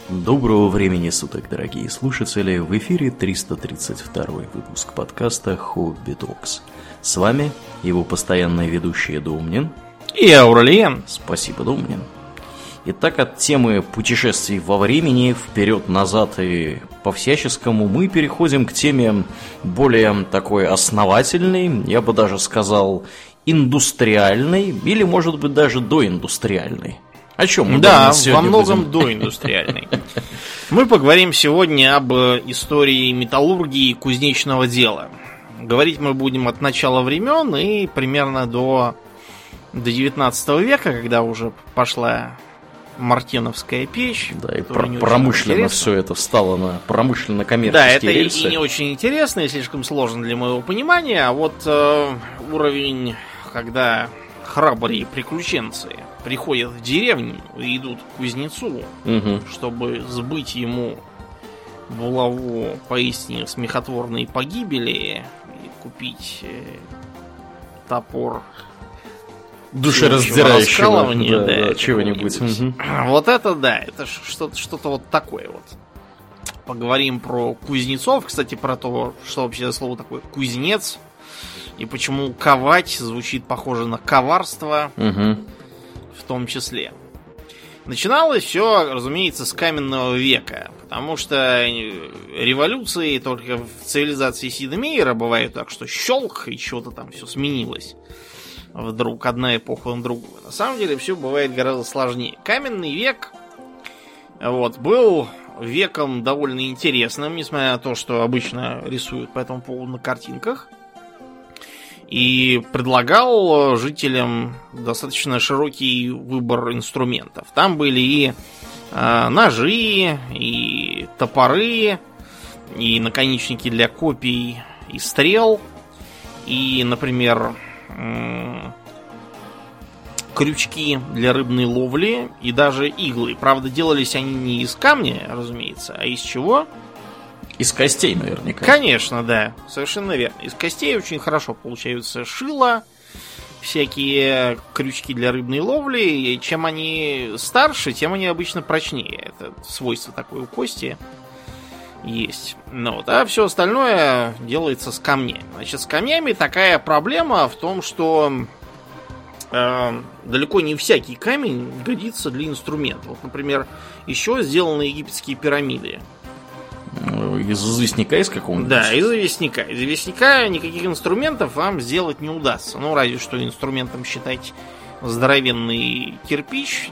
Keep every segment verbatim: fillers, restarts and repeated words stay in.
Доброго времени суток, дорогие слушатели! В эфире триста тридцать второй выпуск подкаста Хобби Токс. С вами его постоянные ведущие Домнин и Аурельян. Спасибо, Домнин. Итак, от темы путешествий во времени вперед-назад и по-всяческому мы переходим к теме более такой основательной, я бы даже сказал, индустриальной, или, может быть, даже доиндустриальной. О чем мы Да, сегодня во многом будем? доиндустриальной. Мы поговорим сегодня об истории металлургии и кузнечного дела. Говорить мы будем от начала времен и примерно до, до девятнадцатого века, когда уже пошла Мартеновская печь. Да, и про- промышленно все это встало на промышленно-коммерческие Да, это рельсы. И не очень интересно, и слишком сложно для моего понимания. А вот э, уровень, когда храбрые приключенцы приходят в деревню и идут к кузнецу, угу. чтобы сбыть ему булаву поистине смехотворной погибели и купить э, топор душераздирающего, да, да, да, чего-нибудь. Угу. Вот это да, это что-то, что-то вот такое вот. Поговорим про кузнецов, кстати, про то, что вообще за слово такое кузнец, и почему ковать звучит похоже на коварство, угу. в том числе. Начиналось все, разумеется, с каменного века, потому что революции только в цивилизации Сидомейера бывают так, что щелк, и что-то там все сменилось. Вдруг одна эпоха на другую. На самом деле все бывает гораздо сложнее. Каменный век вот, был веком довольно интересным, несмотря на то, что обычно рисуют по этому поводу на картинках. И предлагал жителям достаточно широкий выбор инструментов. Там были и э, ножи, и топоры, и наконечники для копий и стрел, и, например, э, крючки для рыбной ловли, и даже иглы. Правда, делались они не из камня, разумеется, а из чего? Из костей, наверняка. Конечно, да, совершенно верно. Из костей очень хорошо получаются шила, всякие крючки для рыбной ловли. И чем они старше, тем они обычно прочнее. Это свойство такое у кости есть. Ну, вот. А все остальное делается с камнями. Значит, с камнями такая проблема в том, что э, далеко не всякий камень годится для инструмента. Вот, например, еще сделаны египетские пирамиды. Из известняка из какого-нибудь? Да, из известняка. Из известняка никаких инструментов вам сделать не удастся. Ну, разве что инструментом считать здоровенный кирпич.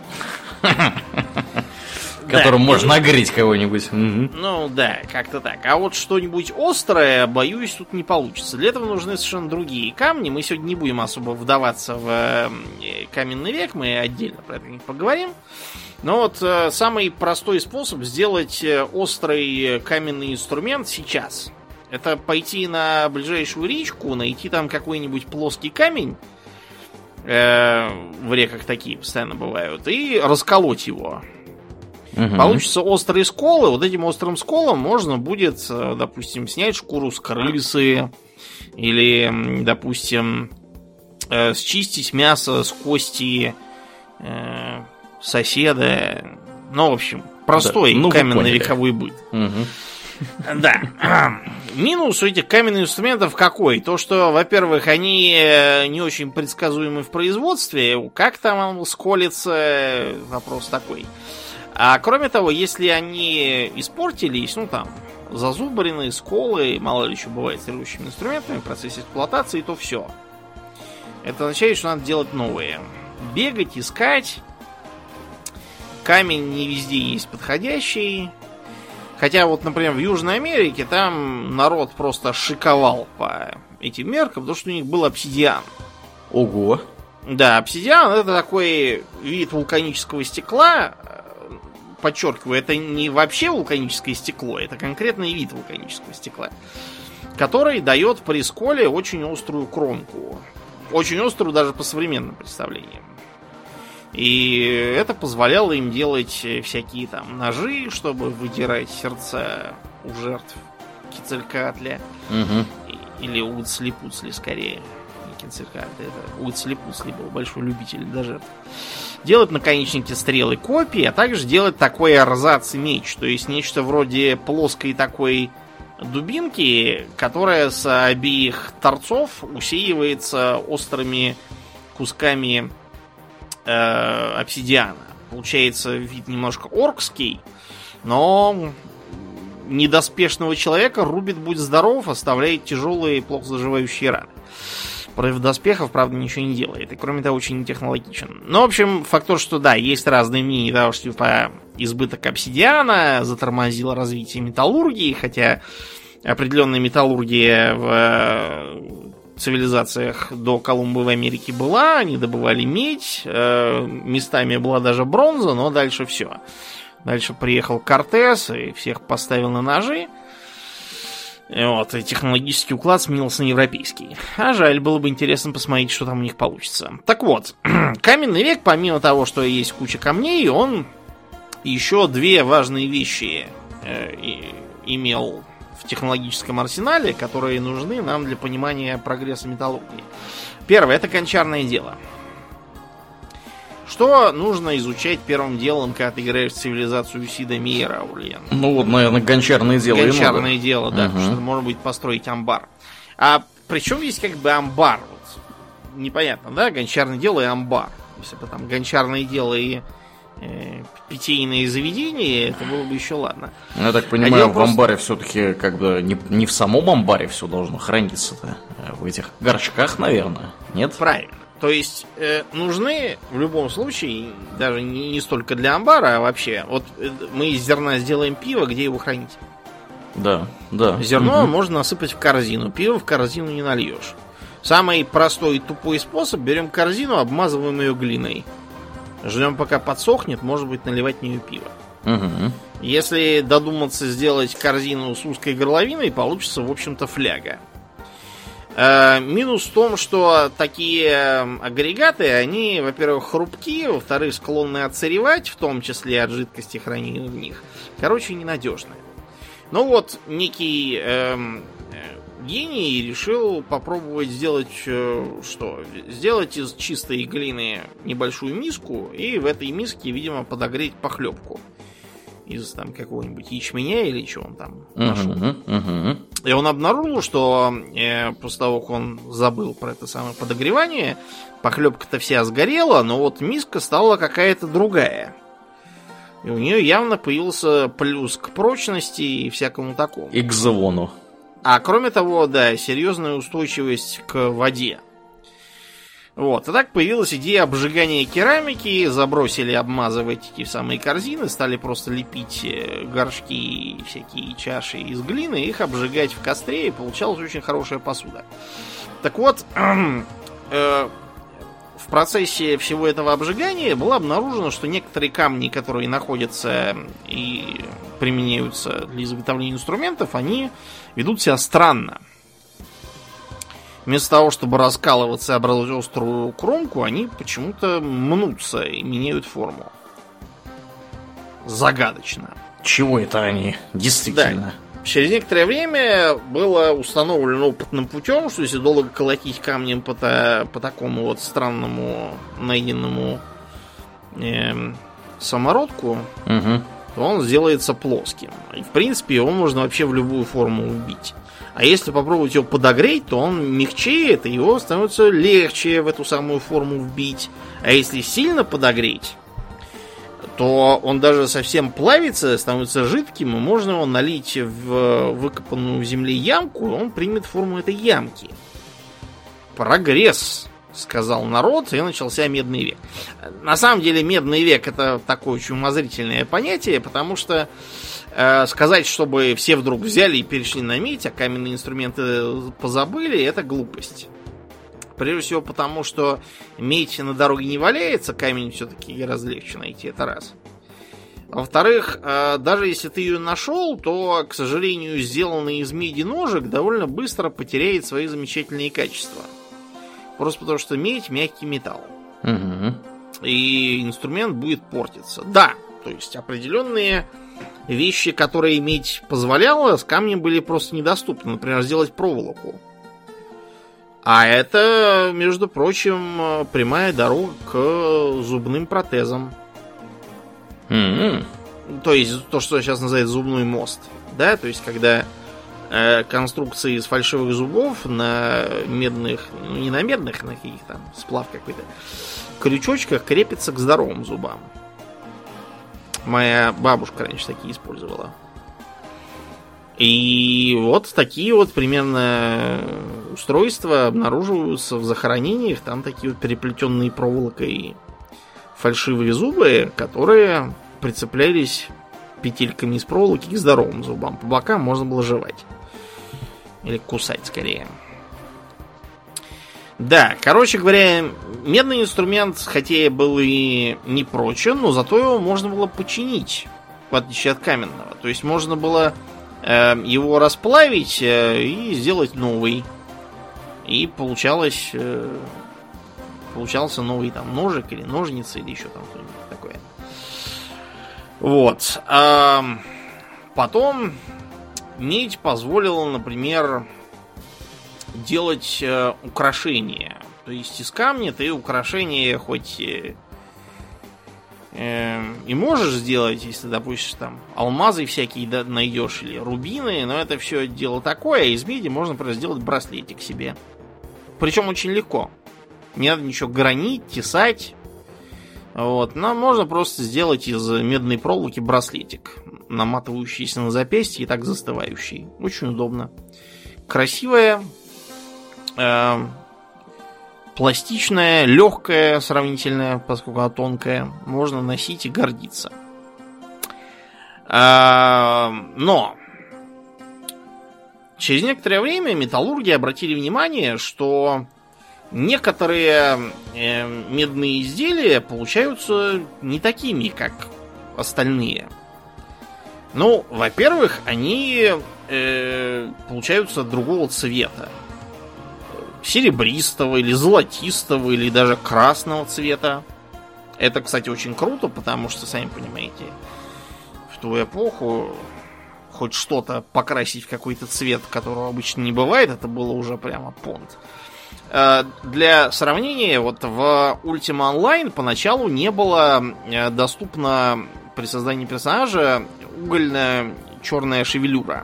Которым можно огреть кого-нибудь. Ну, да, как-то так. А вот что-нибудь острое, боюсь, тут не получится. Для этого нужны совершенно другие камни. Мы сегодня не будем особо вдаваться в каменный век. Мы отдельно про это поговорим. Но вот э, самый простой способ сделать острый каменный инструмент сейчас — это пойти на ближайшую речку, найти там какой-нибудь плоский камень, э, в реках такие постоянно бывают, и расколоть его. Угу. Получатся острые сколы. Вот этим острым сколом можно будет, допустим, снять шкуру с крысы, или, допустим, э, счистить мясо с кости э, соседа. Ну, в общем, простой да, ну, каменно-вековой быт. Угу. Да. Минус у этих каменных инструментов какой? То, что, во-первых, они не очень предсказуемы в производстве. Как там он сколится? Вопрос такой. А кроме того, если они испортились, ну там, зазубрены, сколы, мало ли что бывает с режущими инструментами в процессе эксплуатации, то все. Это означает, что надо делать новые. Бегать, искать. Камень не везде есть подходящий. Хотя вот, например, в Южной Америке там народ просто шиковал по этим меркам, потому что у них был обсидиан. Ого! Да, обсидиан — это такой вид вулканического стекла. Подчеркиваю, это не вообще вулканическое стекло, это конкретный вид вулканического стекла, который дает при сколе очень острую кромку. Очень острую даже по современным представлениям. И это позволяло им делать всякие там ножи, чтобы выдирать сердца у жертв Кицалькоатля. Угу. Или Уцли-Пуцли, скорее. лестницы карты. Это Уитсли-Пусли был большой любитель до жертв. Делать наконечники стрелы копий, а также делать такой эрзац меч. То есть нечто вроде плоской такой дубинки, которая с обеих торцов усеивается острыми кусками э, обсидиана. Получается вид немножко оркский, но недоспешного человека рубит, будь здоров, оставляет тяжелые, плохо заживающие раны. Против доспехов, правда, ничего не делает. И кроме того, очень технологичен. Ну, в общем, факт то, что да, есть разные мнения того, что типа избыток обсидиана затормозил развитие металлургии, хотя определенная металлургия в цивилизациях до Колумба в Америке была, они добывали медь, местами была даже бронза, но дальше все. Дальше приехал Кортес и всех поставил на ножи. Вот, и технологический уклад сменился на европейский. А жаль, было бы интересно посмотреть, что там у них получится. Так вот, каменный век, помимо того, что есть куча камней, он еще две важные вещи э, имел в технологическом арсенале, которые нужны нам для понимания прогресса металлургии. Первое — это гончарное дело. Что нужно изучать первым делом, когда ты играешь в цивилизацию Сида Мейера, Аурлиен? Ну вот, наверное, гончарное дело. Гончарное и дело, да. Угу. Что может быть построить амбар. А причем есть как бы амбар. Вот. Непонятно, да? Гончарное дело и амбар. Если бы там гончарное дело и э, питейные заведения, это было бы еще ладно. Я так понимаю, а в просто... амбаре все-таки как бы не, не в самом амбаре все должно храниться-то, а в этих горшках, наверное. Нет? Правильно. То есть э, нужны в любом случае, даже не, не столько для амбара, а вообще. Вот э, мы из зерна сделаем пиво, где его хранить? Да, да. Зерно угу. можно насыпать в корзину, пиво в корзину не нальешь. Самый простой и тупой способ: берем корзину, обмазываем ее глиной. Ждем, пока подсохнет, может быть, наливать в нее пиво. Угу. Если додуматься сделать корзину с узкой горловиной, получится, в общем-то, фляга. Минус в том, что такие агрегаты, они, во-первых, хрупкие, во-вторых, склонны отсыревать, в том числе от жидкости, хранения в них. Короче, ненадежные. Ну вот, некий эм, гений решил попробовать сделать э, что? Сделать из чистой глины небольшую миску и в этой миске, видимо, подогреть похлебку. Из там какого-нибудь ячменя или чего он там нашел. Uh-huh, uh-huh. И он обнаружил, что э, после того, как он забыл про это самое подогревание, похлебка-то вся сгорела, но вот миска стала какая-то другая. И у нее явно появился плюс к прочности и всякому такому. И к звону. А кроме того, да, серьезная устойчивость к воде. Вот, и так появилась идея обжигания керамики, забросили обмазывать эти самые корзины, стали просто лепить горшки и всякие чаши из глины, их обжигать в костре, и получалась очень хорошая посуда. Так вот, э, в процессе всего этого обжигания было обнаружено, что некоторые камни, которые находятся и применяются для изготовления инструментов, они ведут себя странно. Вместо того, чтобы раскалываться и образовать острую кромку, они почему-то мнутся и меняют форму. Загадочно. Чего это они? Действительно. Да. Через некоторое время было установлено опытным путем, что если долго колотить камнем по, та, по такому вот странному найденному э, самородку, угу. то он сделается плоским. И в принципе его можно вообще в любую форму убить. А если попробовать его подогреть, то он мягчеет, и его становится легче в эту самую форму вбить. А если сильно подогреть, то он даже совсем плавится, становится жидким, и можно его налить в выкопанную в земле ямку, и он примет форму этой ямки. Прогресс, сказал народ, и начался медный век. На самом деле медный век — это такое очень умозрительное понятие, потому что сказать, чтобы все вдруг взяли и перешли на медь, а каменные инструменты позабыли, это глупость. Прежде всего потому, что медь на дороге не валяется, камень все-таки гораздо легче найти, это раз. Во-вторых, даже если ты ее нашел, то, к сожалению, сделанный из меди ножик довольно быстро потеряет свои замечательные качества. Просто потому, что медь — мягкий металл. Угу. И инструмент будет портиться. Да, то есть определенные вещи, которые медь позволяла, с камнем были просто недоступны. Например, сделать проволоку. А это, между прочим, прямая дорога к зубным протезам. Mm-hmm. То есть то, что сейчас называют зубной мост. Да, то есть когда э, конструкции из фальшивых зубов на медных, ну не на медных, на каких там, сплав какой-то, крючочках крепится к здоровым зубам. Моя бабушка раньше такие использовала. И вот такие вот примерно устройства обнаруживаются в захоронениях. Там такие вот переплетенные проволокой фальшивые зубы, которые прицеплялись петельками из проволоки к здоровым зубам. По бокам можно было жевать. Или кусать скорее. Да, короче говоря, медный инструмент, хотя и был и не прочен, но зато его можно было починить, в отличие от каменного. То есть можно было э, его расплавить э, и сделать новый. И получалось, э, получался новый там ножик или ножницы, или еще там что-нибудь такое. Вот. А потом медь позволила, например, делать э, украшения. То есть из камня ты украшения хоть э, э, и можешь сделать, если, допустим, там алмазы всякие да, найдешь или рубины, но это все дело такое, а из меди можно просто сделать браслетик себе. Причем очень легко. Не надо ничего гранить, тесать. Вот. Но можно просто сделать из медной проволоки браслетик, наматывающийся на запястье и так застывающий. Очень удобно. Красивая, э, пластичная, легкая сравнительно, поскольку она тонкая. Можно носить и гордиться. Э, но через некоторое время металлурги обратили внимание, что некоторые э, медные изделия получаются не такими, как остальные. Ну, во-первых, они э, получаются другого цвета. Серебристого или золотистого, или даже красного цвета. Это, кстати, очень круто, потому что, сами понимаете, в ту эпоху хоть что-то покрасить в какой-то цвет, которого обычно не бывает, это было уже прямо понт. Для сравнения, вот в Ultima Online поначалу не было доступна при создании персонажа угольная черная шевелюра.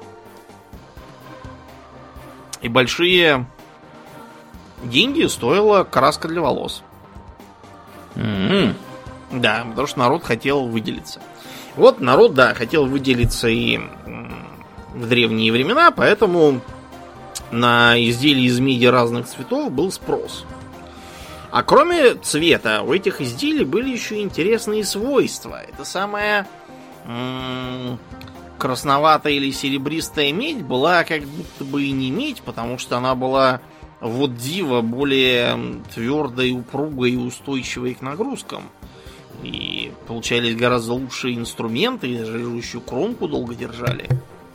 И большие деньги стоила краска для волос. Mm-hmm. Да, потому что народ хотел выделиться. Вот народ, да, хотел выделиться и в древние времена, поэтому на изделия из меди разных цветов был спрос. А кроме цвета, у этих изделий были еще интересные свойства. Это самая м- красноватая или серебристая медь была как будто бы и не медь, потому что она была вот диво более твердой, упругой и устойчивой к нагрузкам. И получались гораздо лучшие инструменты, и даже режущую кромку долго держали.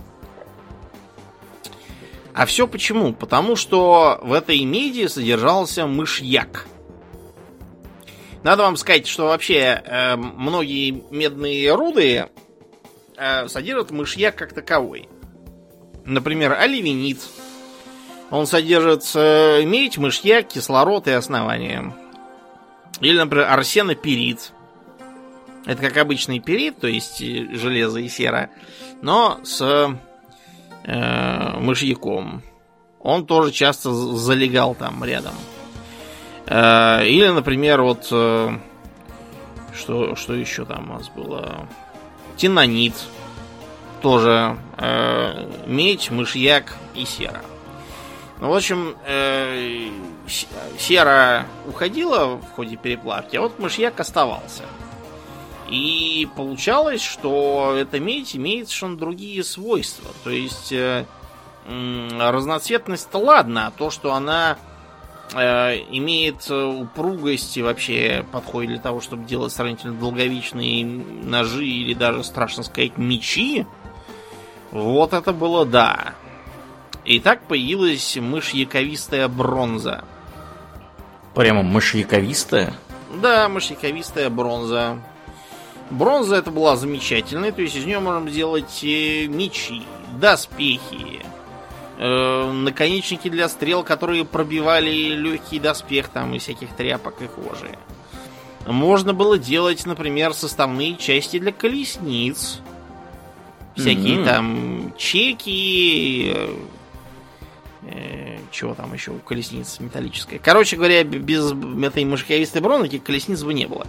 А все почему? Потому что в этой меди содержался мышьяк. Надо вам сказать, что вообще э, многие медные руды э, содержат мышьяк как таковой. Например, оливенит. Он содержит э, медь, мышьяк, кислород и основание. Или, например, арсенопирит. Это как обычный пирит, то есть железо и сера, но с э, мышьяком. Он тоже часто залегал там рядом. Э, или, например, вот э, что, что еще там у нас было? Тинанит. Тоже э, медь, мышьяк и сера. Ну, в общем, э, сера уходила в ходе переплавки, а вот мышьяк оставался. И получалось, что эта медь имеет совершенно другие свойства. То есть э, э, разноцветность-то ладно, а то, что она э, имеет упругость и вообще подходит для того, чтобы делать сравнительно долговечные ножи или даже, страшно сказать, мечи, вот это было да. И так появилась мышьяковистая бронза. Прямо мышьяковистая? Да, мышьяковистая бронза. Бронза это была замечательная, то есть из нее можем сделать мечи, доспехи, э, наконечники для стрел, которые пробивали легкий доспех там из всяких тряпок и кожи. Можно было делать, например, составные части для колесниц. Всякие mm-hmm. там чеки, э, э, чего там еще у колесниц металлическая. Короче говоря, без этой мышьяковистой бронзы колесниц бы не было.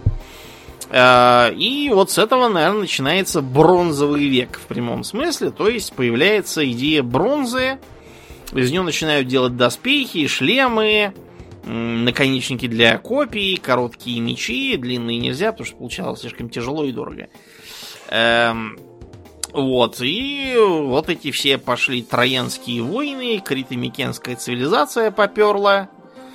Э, и вот с этого, наверное, начинается бронзовый век в прямом смысле. То есть появляется идея бронзы. Из нее начинают делать доспехи, шлемы, наконечники для копий, короткие мечи. Длинные нельзя, потому что получалось слишком тяжело и дорого. Эм, вот. И вот эти все пошли троянские войны, крито-микенская цивилизация поперла.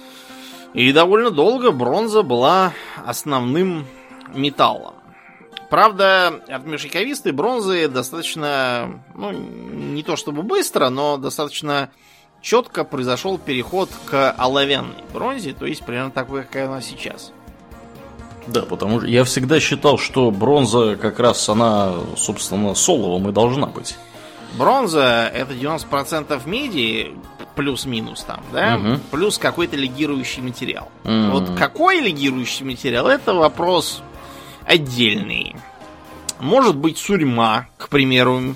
И довольно долго бронза была основным металлом. Правда, от мышьяковистой бронзы достаточно, ну, не то чтобы быстро, но достаточно четко произошел переход к оловянной бронзе, то есть примерно такой, какая она сейчас. Да, потому что я всегда считал, что бронза как раз она, собственно, соловом и должна быть. Бронза это девяносто процентов меди, плюс-минус там, да, угу. плюс какой-то легирующий материал. Угу. Вот какой легирующий материал, это вопрос отдельный. Может быть сурьма, к примеру.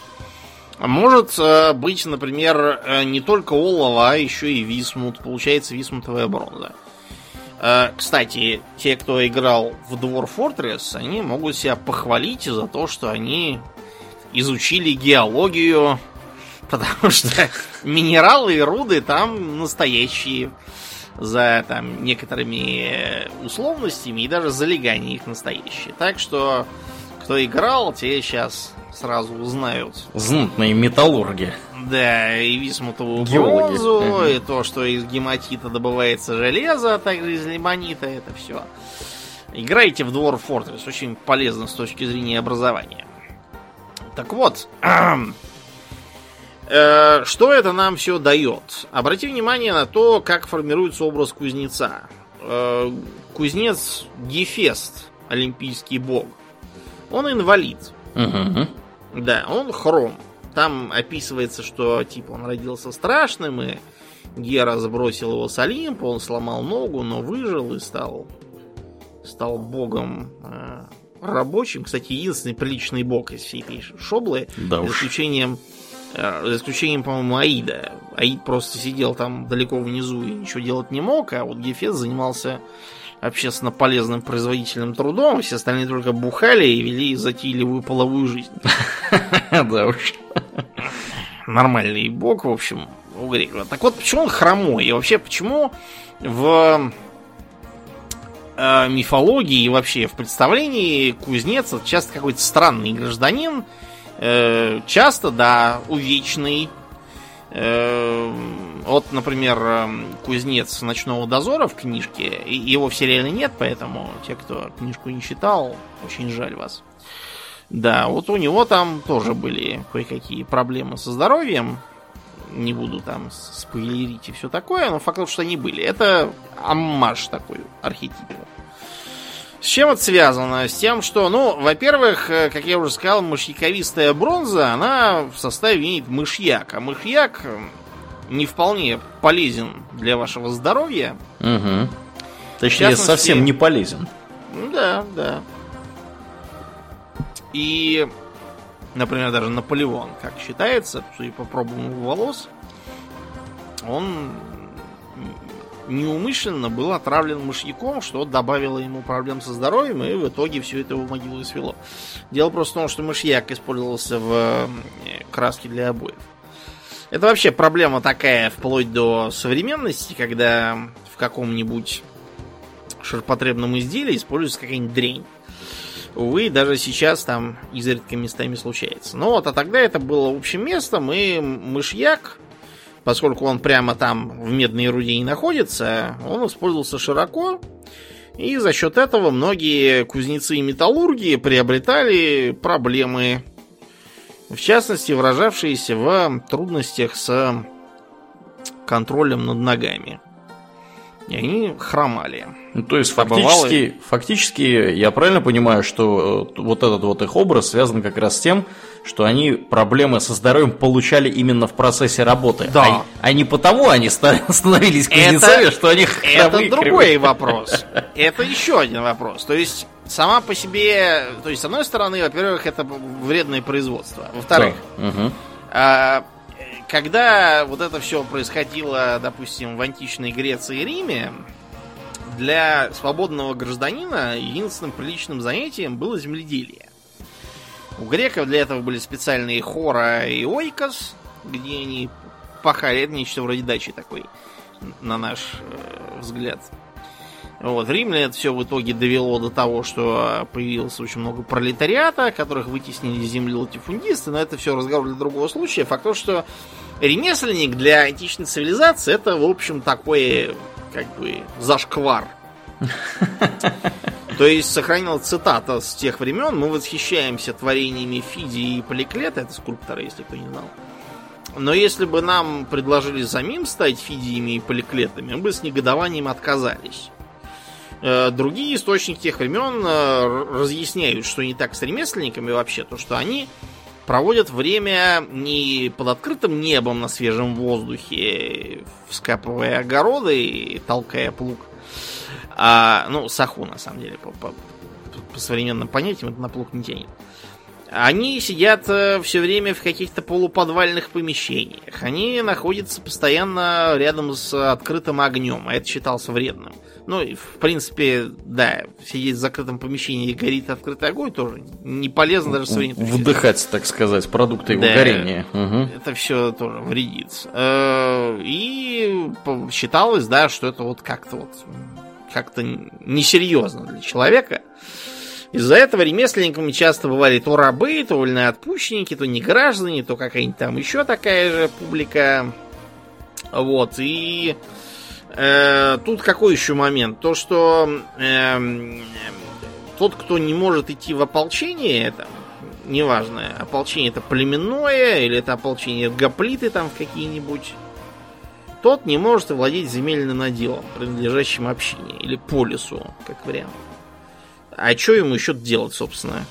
Может э, быть, например, э, не только олово, а еще и висмут. Получается висмутовая бронза. Э, кстати, те, кто играл в Dwarf Fortress, они могут себя похвалить за то, что они изучили геологию, потому что минералы и руды там настоящие, за там некоторыми условностями и даже залегания их настоящие. Так что, кто играл, те сейчас сразу узнают. Знатные металлурги. Да, и висмутовую геологи. Бронзу, uh-huh. и то, что из гематита добывается железо, а также из лимонита, это все. Играйте в Dwarf Fortress, очень полезно с точки зрения образования. Так вот, что это нам все дает? Обрати внимание на то, как формируется образ кузнеца. Кузнец Гефест, олимпийский бог, он инвалид. Uh-huh. Да, он хром. Там описывается, что типа он родился страшным, и Гера сбросил его с Олимпа, он сломал ногу, но выжил и стал, стал богом э, рабочим. Кстати, единственный приличный бог из всей этой шоблы, да за исключением, э, за исключением, по-моему, Аида. Аид просто сидел там далеко внизу и ничего делать не мог, а вот Гефест занимался общественно полезным производительным трудом, все остальные только бухали и вели затейливую половую жизнь. Да уж. Нормальный бог, в общем, у греков. Так вот, почему он хромой? И вообще, почему в э, мифологии и вообще в представлении кузнец это часто какой-то странный гражданин, э, часто, да, увечный. Вот, например, кузнец ночного дозора в книжке. Его в сериале нет, поэтому те, кто книжку не читал, очень жаль вас. Да, вот у него там тоже были кое-какие проблемы со здоровьем. Не буду там спойлерить и все такое, но факт, что они были. Это оммаж такой архетипу. С чем это связано? С тем, что, ну, во-первых, как я уже сказал, мышьяковистая бронза, она в составе имеет мышьяк. А мышьяк не вполне полезен для вашего здоровья. Угу. Точнее, частности, совсем не полезен. Да, да. И, например, даже Наполеон, как считается, судя по пробам его волос, он неумышленно был отравлен мышьяком, что добавило ему проблем со здоровьем, и в итоге все это его в могилу и свело. Дело просто в том, что мышьяк использовался в краске для обоев. Это вообще проблема такая вплоть до современности, когда в каком-нибудь ширпотребном изделии используется какая-нибудь дрянь. Увы, даже сейчас там изредка местами случается. Ну вот, а тогда это было общим местом, и мышьяк, поскольку он прямо там в медной руде не находится, он использовался широко, и за счет этого многие кузнецы и металлурги приобретали проблемы, в частности, выражавшиеся в трудностях с контролем над ногами. И они хромали. Ну, то есть, фактически, фактически, я правильно понимаю, что вот этот вот их образ связан как раз с тем, что они проблемы со здоровьем получали именно в процессе работы. Да. А, а не потому они становились кузнецами, что они хромые. Это другой вопрос. Это еще один вопрос. То есть, сама по себе... То есть, с одной стороны, во-первых, это вредное производство. Во-вторых... Да. Угу. А, когда вот это все происходило, допустим, в античной Греции и Риме, для свободного гражданина единственным приличным занятием было земледелие. У греков для этого были специальные хора и ойкос, где они пахали. Это нечто вроде дачи такой, на наш э, взгляд. Вот, римляне это все в итоге довело до того, что появилось очень много пролетариата, которых вытеснили земли латифундисты, но это все разговор для другого случая. Факт то, что ремесленник для античной цивилизации это, в общем, такой, как бы, зашквар. То есть сохранилась цитата с тех времен: мы восхищаемся творениями Фидии и Поликлета, это скульптора, если кто не знал. Но если бы нам предложили самим стать Фидиями и Поликлетами, мы бы с негодованием отказались. Другие источники тех времен разъясняют, что не так с ремесленниками вообще, то что они проводят время не под открытым небом на свежем воздухе, вскапывая огороды и толкая плуг, а, ну, саху, на самом деле, по, по, по современным понятиям, это на плуг не тянет. Они сидят все время в каких-то полуподвальных помещениях. Они находятся постоянно рядом с открытым огнем, а это считалось вредным. Ну, в принципе, да, сидеть в закрытом помещении и горит открытый огонь тоже не полезно даже современным. Вдыхать, так сказать, продукты его да, горения. Угу. Это все тоже вредит. И считалось, да, что это вот как-то вот как-то несерьезно для человека. Из-за этого ремесленниками часто бывали то рабы, то вольноотпущенники, то неграждане, то какая-нибудь там еще такая же публика. Вот, и э, тут какой еще момент? То, что э, тот, кто не может идти в ополчение, это неважно, ополчение это племенное, или это ополчение гоплиты там в какие-нибудь, тот не может владеть земельным наделом, принадлежащим общине, или полису, как вариант. А что ему еще делать, собственно?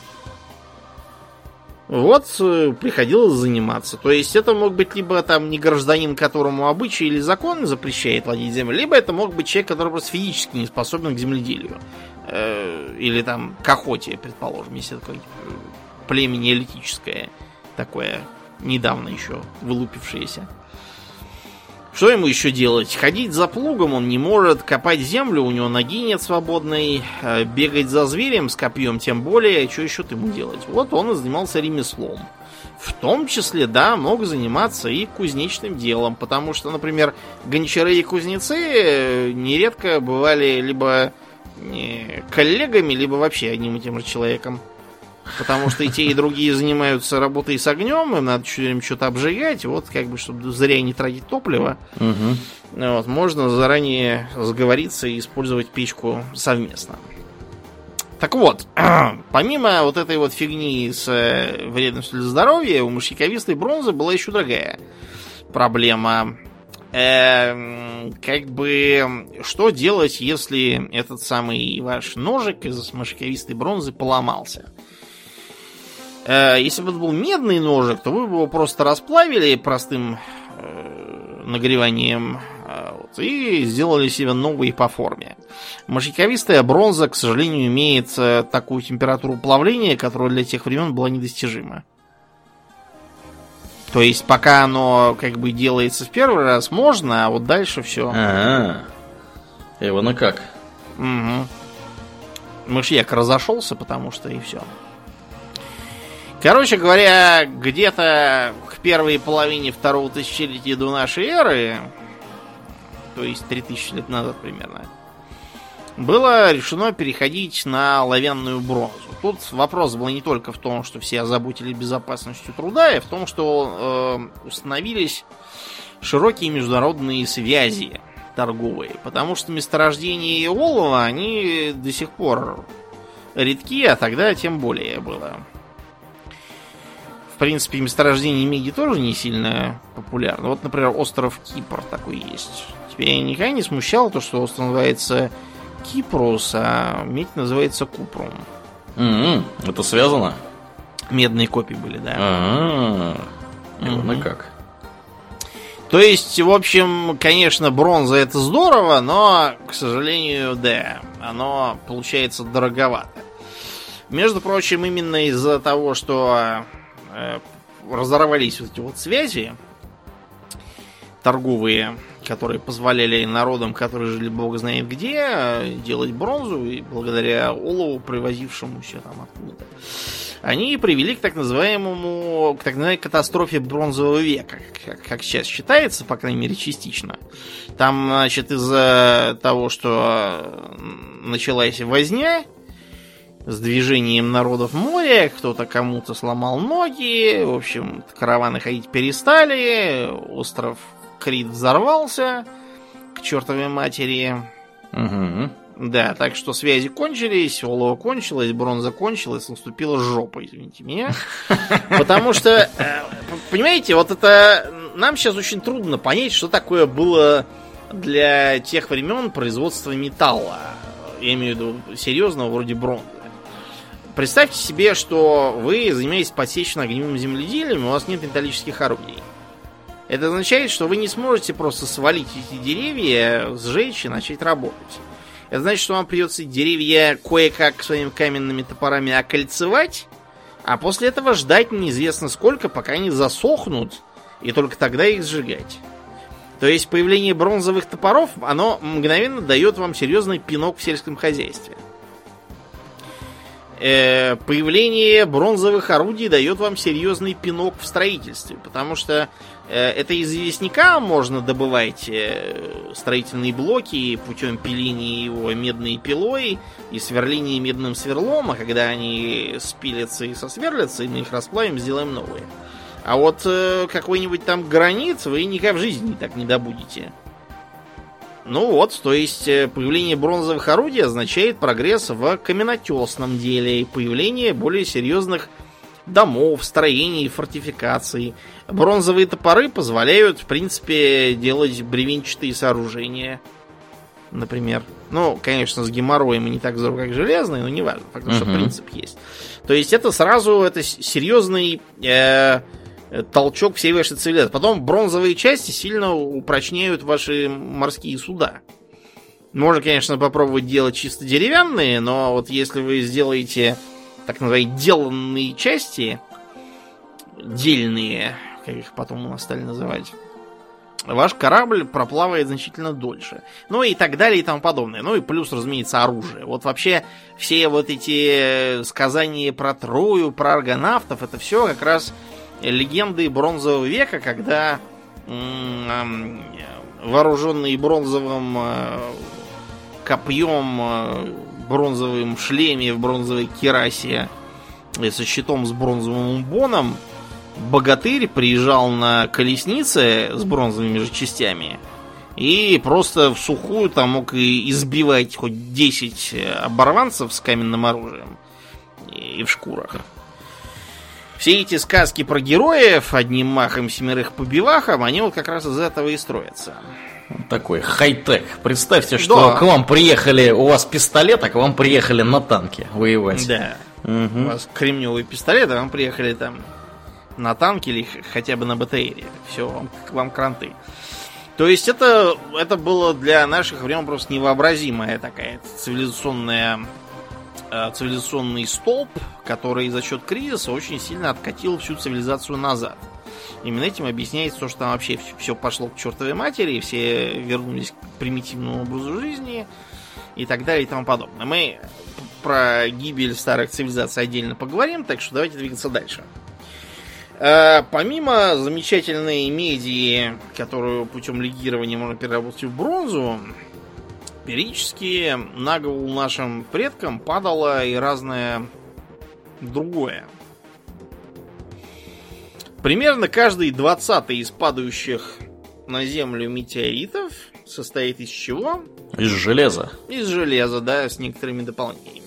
Вот, приходилось заниматься. То есть это мог быть либо там не гражданин, которому обычай или закон запрещает владеть землей, либо это мог быть человек, который просто физически не способен к земледелию. Или там к охоте, предположим, если это какое-нибудь племя неолитическое, такое недавно еще вылупившееся. Что ему еще делать? Ходить за плугом он не может, копать землю, у него ноги нет свободной, бегать за зверем с копьем тем более, что еще ему делать? Вот он и занимался ремеслом. В том числе, да, мог заниматься и кузнечным делом, потому что, например, гончары и кузнецы нередко бывали либо коллегами, либо вообще одним и тем же человеком. Потому что и те, и другие занимаются работой с огнем, им надо все время что-то обжигать, вот как бы, чтобы зря не тратить топливо, угу. Вот, можно заранее сговориться и использовать печку совместно. Так вот, помимо вот этой вот фигни с вредностью для здоровья, у мышьяковистой бронзы была еще другая проблема. Э, как бы, что делать, если этот самый ваш ножик из мышьяковистой бронзы поломался? Если бы это был медный ножик, то вы бы его просто расплавили простым э, нагреванием э, вот, и сделали себе новый по форме. Мышьяковистая бронза, к сожалению, имеет э, такую температуру плавления, которая для тех времен была недостижима. То есть, пока оно как бы делается в первый раз, можно, а вот дальше все. А-а-а. И вон и как. Угу. Мышьяк разошелся, потому что и все. Короче говоря, где-то к первой половине второго тысячелетия до нашей эры, то есть три тысячи лет назад примерно, было решено переходить на оловянную бронзу. Тут вопрос был не только в том, что все озаботились безопасностью труда, и в том, что э, установились широкие международные связи торговые. Потому что месторождения олова, они до сих пор редки, а тогда тем более было. В принципе, месторождение меди тоже не сильно популярно. Вот, например, остров Кипр такой есть. Тебя никогда не смущало то, что остров называется Кипрус, а медь называется Купрум? Mm-hmm. Это связано? Медные копии были, да. А-а-а. Mm-hmm. Ну как? То есть, в общем, конечно, бронза это здорово, но, к сожалению, да, оно получается дороговато. Между прочим, именно из-за того, что э, разорвались вот эти вот связи торговые, которые позволяли народам, которые жили бог знает где, делать бронзу, и благодаря олову, привозившемуся там откуда-то, они привели к так называемому, к так называемой катастрофе бронзового века, как, как сейчас считается, по крайней мере, частично. Там, значит, из-за того, что началась возня с движением народов моря, кто-то кому-то сломал ноги, в общем, караваны ходить перестали, остров Крит взорвался к чертовой матери. Угу. Да, так что связи кончились, олово кончилось, бронза кончилась, наступила жопа, извините меня. Потому что, понимаете, вот это... Нам сейчас очень трудно понять, что такое было для тех времен производство металла. Я имею в виду серьезного, вроде бронзы. Представьте себе, что вы занимаетесь подсечно-огневым земледелием, у вас нет металлических орудий. Это означает, что вы не сможете просто свалить эти деревья, сжечь и начать работать. Это значит, что вам придется деревья кое-как своими каменными топорами окольцевать, а после этого ждать неизвестно сколько, пока они засохнут, и только тогда их сжигать. То есть появление бронзовых топоров, оно мгновенно дает вам серьезный пинок в сельском хозяйстве. Э, появление бронзовых орудий дает вам серьезный пинок в строительстве, потому что э, это из известняка можно добывать э, строительные блоки путем пиления его медной пилой и сверления медным сверлом, а когда они спилятся и сосверлятся, и мы их расплавим, сделаем новые. А вот э, какой-нибудь там гранит вы никогда в жизни так не добудете. Ну вот, то есть появление бронзовых орудий означает прогресс в каменотесном деле и появление более серьезных домов, строений, фортификаций. Бронзовые топоры позволяют, в принципе, делать бревенчатые сооружения, например. Ну, конечно, с геморроем и не так здорово, как железные, но не важно, потому что uh-huh. принцип есть. То есть это сразу это серьезный э, толчок всей вашей цивилизации. Потом бронзовые части сильно упрочняют ваши морские суда. Можно, конечно, попробовать делать чисто деревянные, но вот если вы сделаете так называемые деланные части, дельные, как их потом у нас стали называть, ваш корабль проплавает значительно дольше. Ну и так далее и тому подобное. Ну и плюс, разумеется, оружие. Вот вообще все вот эти сказания про Трою, про аргонавтов, это все как раз легенды бронзового века, когда м- вооруженные бронзовым э, копьем, э, бронзовым шлеме, в бронзовой керасе и со щитом с бронзовым умбоном богатырь приезжал на колеснице с бронзовыми же частями и просто в сухую там мог и избивать хоть десять оборванцев с каменным оружием и в шкурах. Все эти сказки про героев, одним махом семерых побивахом, они вот как раз из этого и строятся. Такой хай-тек. Представьте, что да. к вам приехали, у вас пистолет, а к вам приехали на танке воевать. Да. Угу. У вас кремневый пистолет, а вам приехали там на танке или хотя бы на БТРе. Все, вам, вам кранты. То есть это, это было для наших времен просто невообразимая такая цивилизационная, э, цивилизационный столб, который за счет кризиса очень сильно откатил всю цивилизацию назад. Именно этим объясняется то, что там вообще все пошло к чертовой матери, все вернулись к примитивному образу жизни и так далее и тому подобное. Мы про гибель старых цивилизаций отдельно поговорим, так что давайте двигаться дальше. А, помимо замечательной меди, которую путем легирования можно переработать в бронзу, периодически на голову нашим предкам падало и разное другое. Примерно каждый двадцатый из падающих на Землю метеоритов состоит из чего? Из железа. Из железа, да, с некоторыми дополнениями.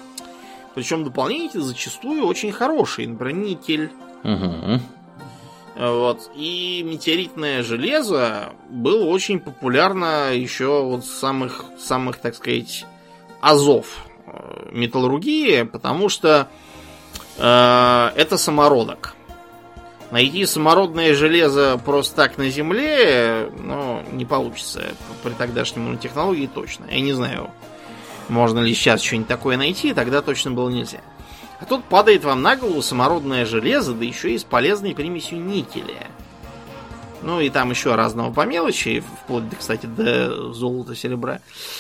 Причем дополнения зачастую очень хорошие. Например, никель. Угу. Вот. И метеоритное железо было очень популярно еще вот с самых, самых, так сказать, азов металлургии, потому что э, это самородок. Найти самородное железо просто так на земле, ну, не получится. При тогдашней технологии точно. Я не знаю, можно ли сейчас что-нибудь такое найти, тогда точно было нельзя. А тут падает вам на голову самородное железо, да еще и с полезной примесью никеля. Ну и там еще разного по мелочи, вплоть, кстати, до золота, серебра.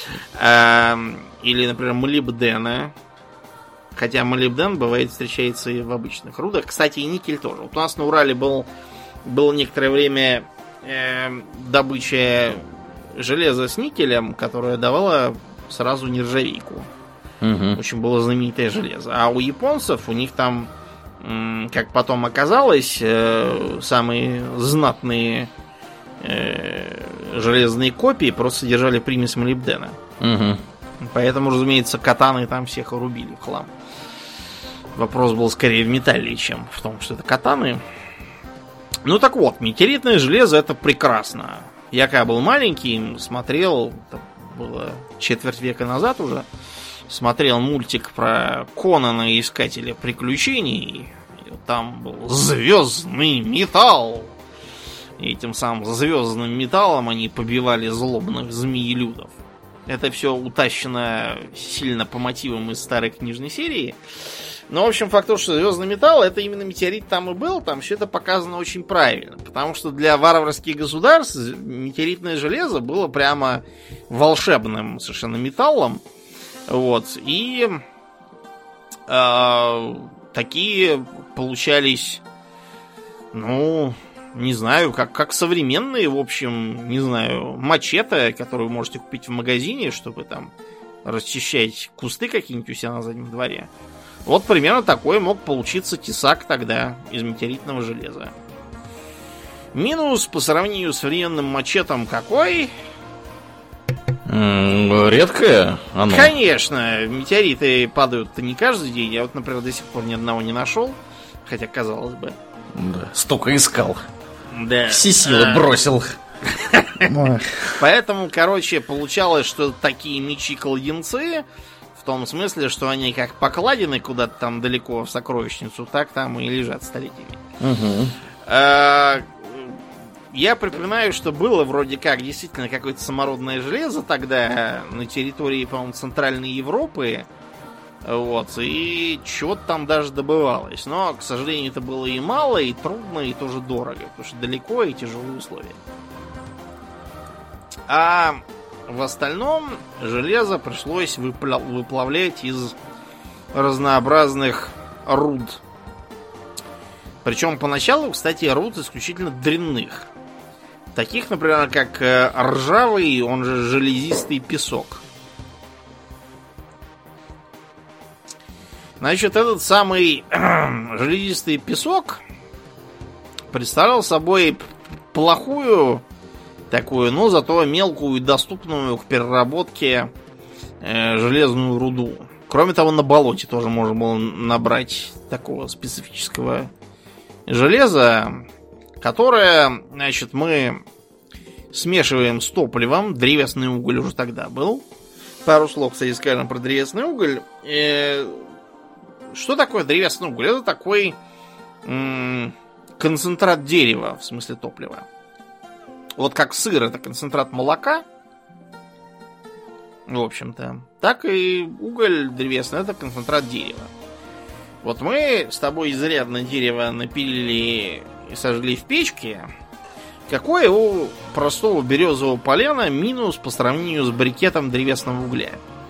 Или, например, молибдена. Хотя молибден бывает встречается и в обычных рудах. Кстати, и никель тоже. Вот у нас на Урале был, было некоторое время э, добыча железа с никелем, которая давала сразу нержавейку. Угу. Очень было знаменитое железо. А у японцев, у них там, как потом оказалось, самые знатные железные копии просто содержали примесь молибдена. Угу. Поэтому, разумеется, катаны там всех рубили в хлам. Вопрос был скорее в металле, чем в том, что это катаны. Ну так вот, метеоритное железо — это прекрасно. Я когда был маленький, смотрел, это было четверть века назад уже, смотрел мультик про Конана, Искателя приключений. Там был звездный металл. И этим самым звездным металлом они побивали злобных змеелюдов. Это все утащено сильно по мотивам из старой книжной серии. Но, в общем, факт то, что звездный металл, это именно метеорит там и был. Там все это показано очень правильно. Потому что для варварских государств метеоритное железо было прямо волшебным совершенно металлом. Вот. И э, такие получались, ну, не знаю, как, как современные, в общем, не знаю, мачете, которые вы можете купить в магазине, чтобы там расчищать кусты какие-нибудь у себя на заднем дворе. Вот примерно такой мог получиться тесак тогда из метеоритного железа. Минус по сравнению с современным мачетом какой? Редкое оно. Конечно, метеориты падают-то не каждый день. Я вот, например, до сих пор ни одного не нашел. Хотя, казалось бы. Да, столько искал. Да. Все силы бросил. Поэтому, короче, получалось, что такие мечи-кладенцы, в том смысле, что они как покладены куда-то там далеко в сокровищницу, так там и лежат столетиями. Я припоминаю, что было вроде как действительно какое-то самородное железо тогда на территории, по-моему, Центральной Европы. Вот, и чего-то там даже добывалось. Но, к сожалению, это было и мало, и трудно, и тоже дорого, потому что далеко и тяжелые условия. А в остальном железо пришлось выпла- выплавлять из разнообразных руд. Причем поначалу, кстати, руд исключительно дрянных. Таких, например, как ржавый, он же железистый песок. Значит, этот самый железистый песок представлял собой плохую такую, но зато мелкую и доступную к переработке э, железную руду. Кроме того, на болоте тоже можно было набрать такого специфического железа, которое, значит, мы смешиваем с топливом. Древесный уголь уже тогда был. Пару слов, кстати, скажем про древесный уголь. Э, что такое древесный уголь? Это такой м- концентрат дерева, в смысле топлива. Вот как сыр — это концентрат молока, в общем-то, так и уголь древесный — это концентрат дерева. Вот мы с тобой изрядно дерево напилили и сожгли в печке. Какой у простого березового полена минус по сравнению с брикетом древесного угля?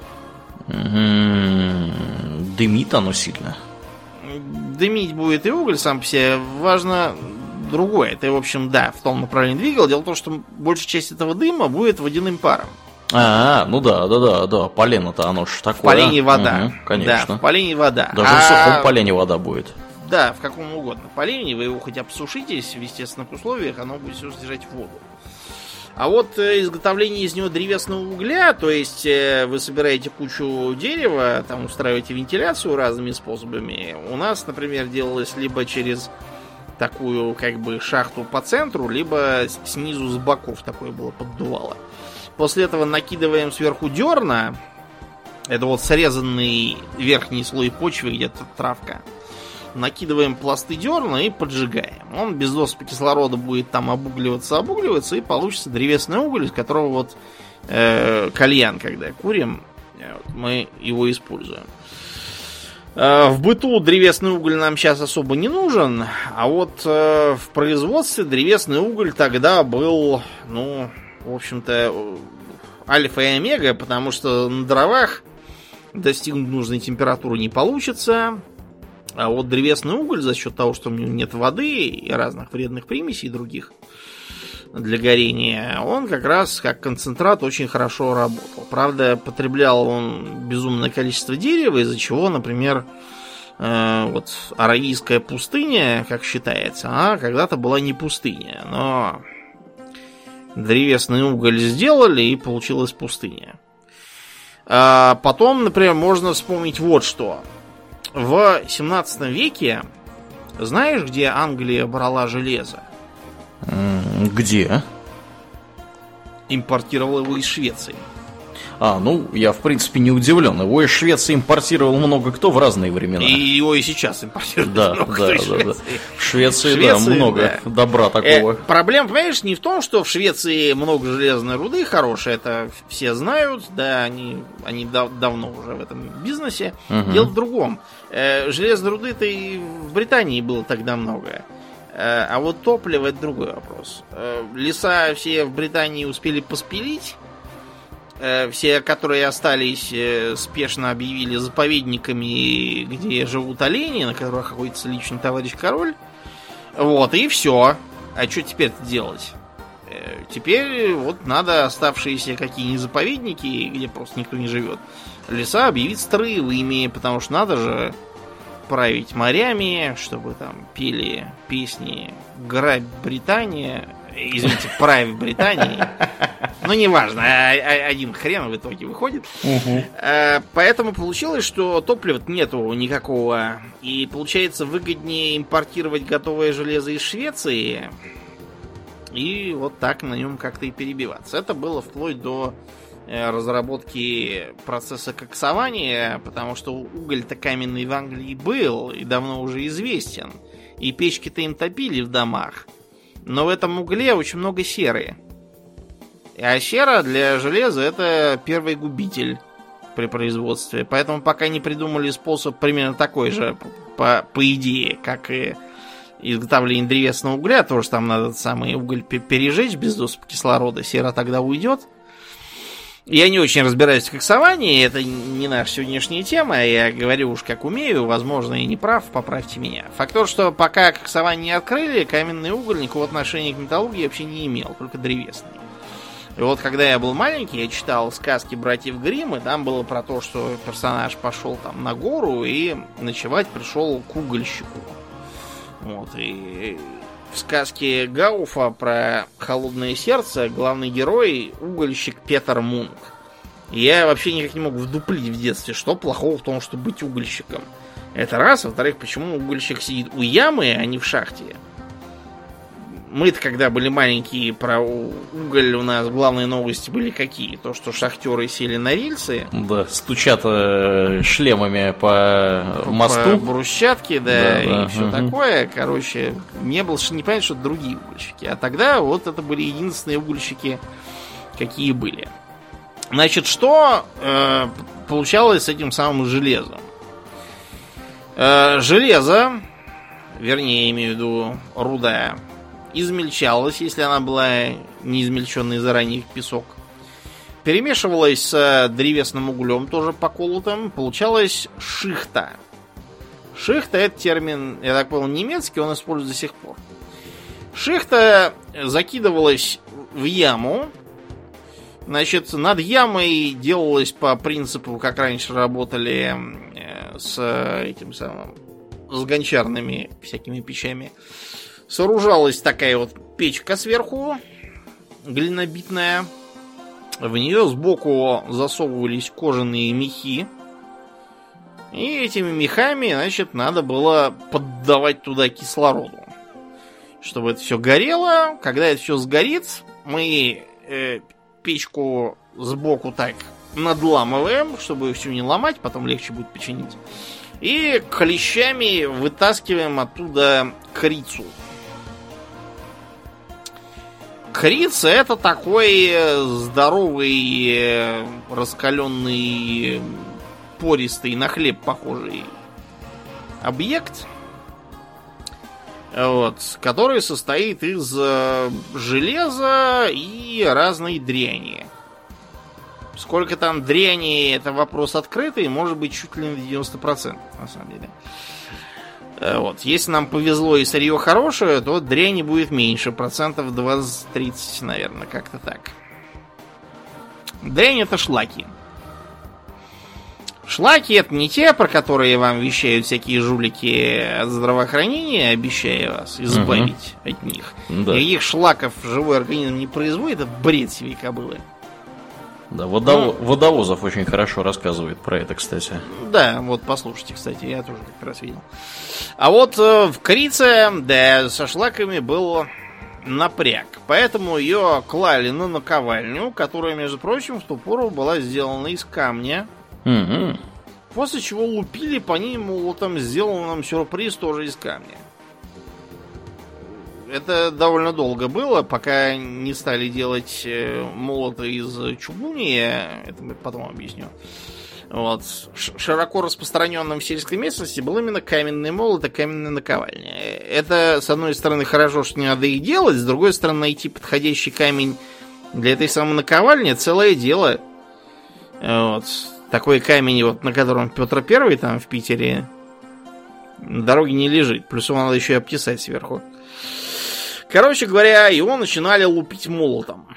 М-м-м, дымит оно сильно. Дымить будет и уголь сам по себе. Важно другое. Ты, в общем, да, в том направлении двигал. Дело в том, что большая часть этого дыма будет водяным паром. А, ну да, да, да, да. Полено-то оно ж такое. В полене вода. Угу, конечно. Да, в полене вода. Даже а... в сухом полене вода будет. Да, в каком угодно полене. Вы его хоть обсушитесь в естественных условиях, оно будет все содержать воду. А вот э, изготовление из него древесного угля, то есть э, вы собираете кучу дерева, там устраиваете вентиляцию разными способами. У нас, например, делалось либо через такую как бы шахту по центру, либо снизу с боков такое было поддувало. После этого накидываем сверху дерна. Это вот срезанный верхний слой почвы, где-то травка. Накидываем пласты дерна и поджигаем. Он без доступа кислорода будет там обугливаться, обугливаться, и получится древесный уголь, из которого вот э, кальян, когда курим, вот, мы его используем. Э, в быту древесный уголь нам сейчас особо не нужен, а вот э, в производстве древесный уголь тогда был, ну, в общем-то, альфа и омега, потому что на дровах достигнуть нужной температуры не получится. А вот древесный уголь за счет того, что у него нет воды и разных вредных примесей других для горения, он как раз как концентрат очень хорошо работал. Правда, потреблял он безумное количество дерева, из-за чего, например, э, вот Аравийская пустыня, как считается, она когда-то была не пустыня, но древесный уголь сделали, и получилась пустыня. А потом, например, можно вспомнить вот что. В семнадцатом веке, знаешь, где Англия брала железо? Где? Импортировала его из Швеции. А, ну, я, в принципе, не удивлен. Его из Швеции импортировал много кто в разные времена. И его и сейчас импортируют да, много да, кто из да, Швеции. Да. В Швеции, Швеции, да, много да. добра такого. Э, проблема, понимаешь, не в том, что в Швеции много железной руды хорошей, это все знают, да, они, они дав- давно уже в этом бизнесе. Угу. Дело в другом. Э, железной руды-то и в Британии было тогда много. Э, а вот топливо — это другой вопрос. Э, леса все в Британии успели поспилить. Все, которые остались, спешно объявили заповедниками, где живут олени, на которых охотится лично товарищ король. Вот, и все. А что теперь-то делать? Теперь вот надо оставшиеся какие-нибудь заповедники, где просто никто не живет, леса объявить строевыми, потому что надо же править морями, чтобы там пели песни «Грабь Британия». Извините, правь Британии. Ну, неважно, один хрен в итоге выходит. Угу. Поэтому получилось, что топлива нету никакого. И получается выгоднее импортировать готовое железо из Швеции. И вот так на нем как-то и перебиваться. Это было вплоть до разработки процесса коксования, потому что уголь-то каменный в Англии был и давно уже известен. И печки-то им топили в домах. Но в этом угле очень много серы. А сера для железа — это первый губитель при производстве. Поэтому пока не придумали способ примерно такой же, по, по идее, как и изготовление древесного угля, тоже там надо самый уголь пережечь без доступа кислорода, сера тогда уйдет. Я не очень разбираюсь в коксовании, это не наша сегодняшняя тема, я говорю уж как умею, возможно, и не прав, поправьте меня. Факт тот, что пока коксование не открыли, каменный уголь никакого отношения к металлургии вообще не имел, только древесный. И вот когда я был маленький, я читал сказки братьев Гримм, и там было про то, что персонаж пошел там на гору и ночевать пришел к угольщику. Вот, и в сказке Гауфа про холодное сердце главный герой — угольщик Петер Мунк. И я вообще никак не мог вдуплить в детстве, что плохого в том, чтобы быть угольщиком. Это раз. Во-вторых, почему угольщик сидит у ямы, а не в шахте? Мы-то, когда были маленькие, про уголь у нас главные новости были какие? То, что шахтеры сели на рельсы. Да, стучат э, шлемами по, по мосту. По брусчатке, да, да и да. все угу. такое. Короче, не было, не понятно, что это другие угольщики. А тогда вот это были единственные угольщики, какие были. Значит, что э, получалось с этим самым железом? Э, железо, вернее, я имею в виду руда, измельчалась, если она была не измельченной заранее в песок. Перемешивалась с древесным углем, тоже поколотым. Получалась шихта. Шихта — это термин, я так понял, немецкий, он используется до сих пор. Шихта закидывалась в яму. Значит, над ямой делалось по принципу, как раньше работали с этим самым, с гончарными всякими печами. Сооружалась такая вот печка сверху, глинобитная. В нее сбоку засовывались кожаные мехи. И этими мехами, значит, надо было поддавать туда кислороду. чтобы это все горело. Когда это все сгорит, мы э, печку сбоку так надламываем, чтобы все не ломать, потом легче будет починить. И клещами вытаскиваем оттуда крицу. Крица — это такой здоровый, раскаленный, пористый, на хлеб похожий объект, вот, который состоит из железа и разной дряни. Сколько там дряни, это вопрос открытый, может быть чуть ли не девяносто процентов, на самом деле. Вот. Если нам повезло и сырье хорошее, то дряни будет меньше, процентов двадцать-тридцать, наверное, как-то так. Дрянь — это шлаки. Шлаки — это не те, про которые вам вещают всякие жулики от здравоохранения, обещая вас избавить угу. от них. Да. Никаких шлаков живой организм не производит, это бред себе кобылы. Да, водово- ну, Водовозов очень хорошо рассказывает про это, кстати. Да, вот послушайте, кстати, я тоже как раз видел. А вот э, в Крице, да, со шлаками был напряг. Поэтому ее клали на наковальню, которая, между прочим, в ту пору была сделана из камня. Угу. После чего лупили по ней молотом, сделанным сюрприз тоже из камня. Это довольно долго было, пока не стали делать молоты из чугуния. Это мы потом объясню. Вот. Широко распространенным в сельской местности был именно каменный молот и каменная наковальня. Это, с одной стороны, хорошо, что не надо их делать, с другой стороны, найти подходящий камень для этой самой наковальни — целое дело. Вот. Такой камень, вот, на котором Петр Первый там в Питере на дороге не лежит. Плюс его надо еще и обтесать сверху. Короче говоря, его начинали лупить молотом.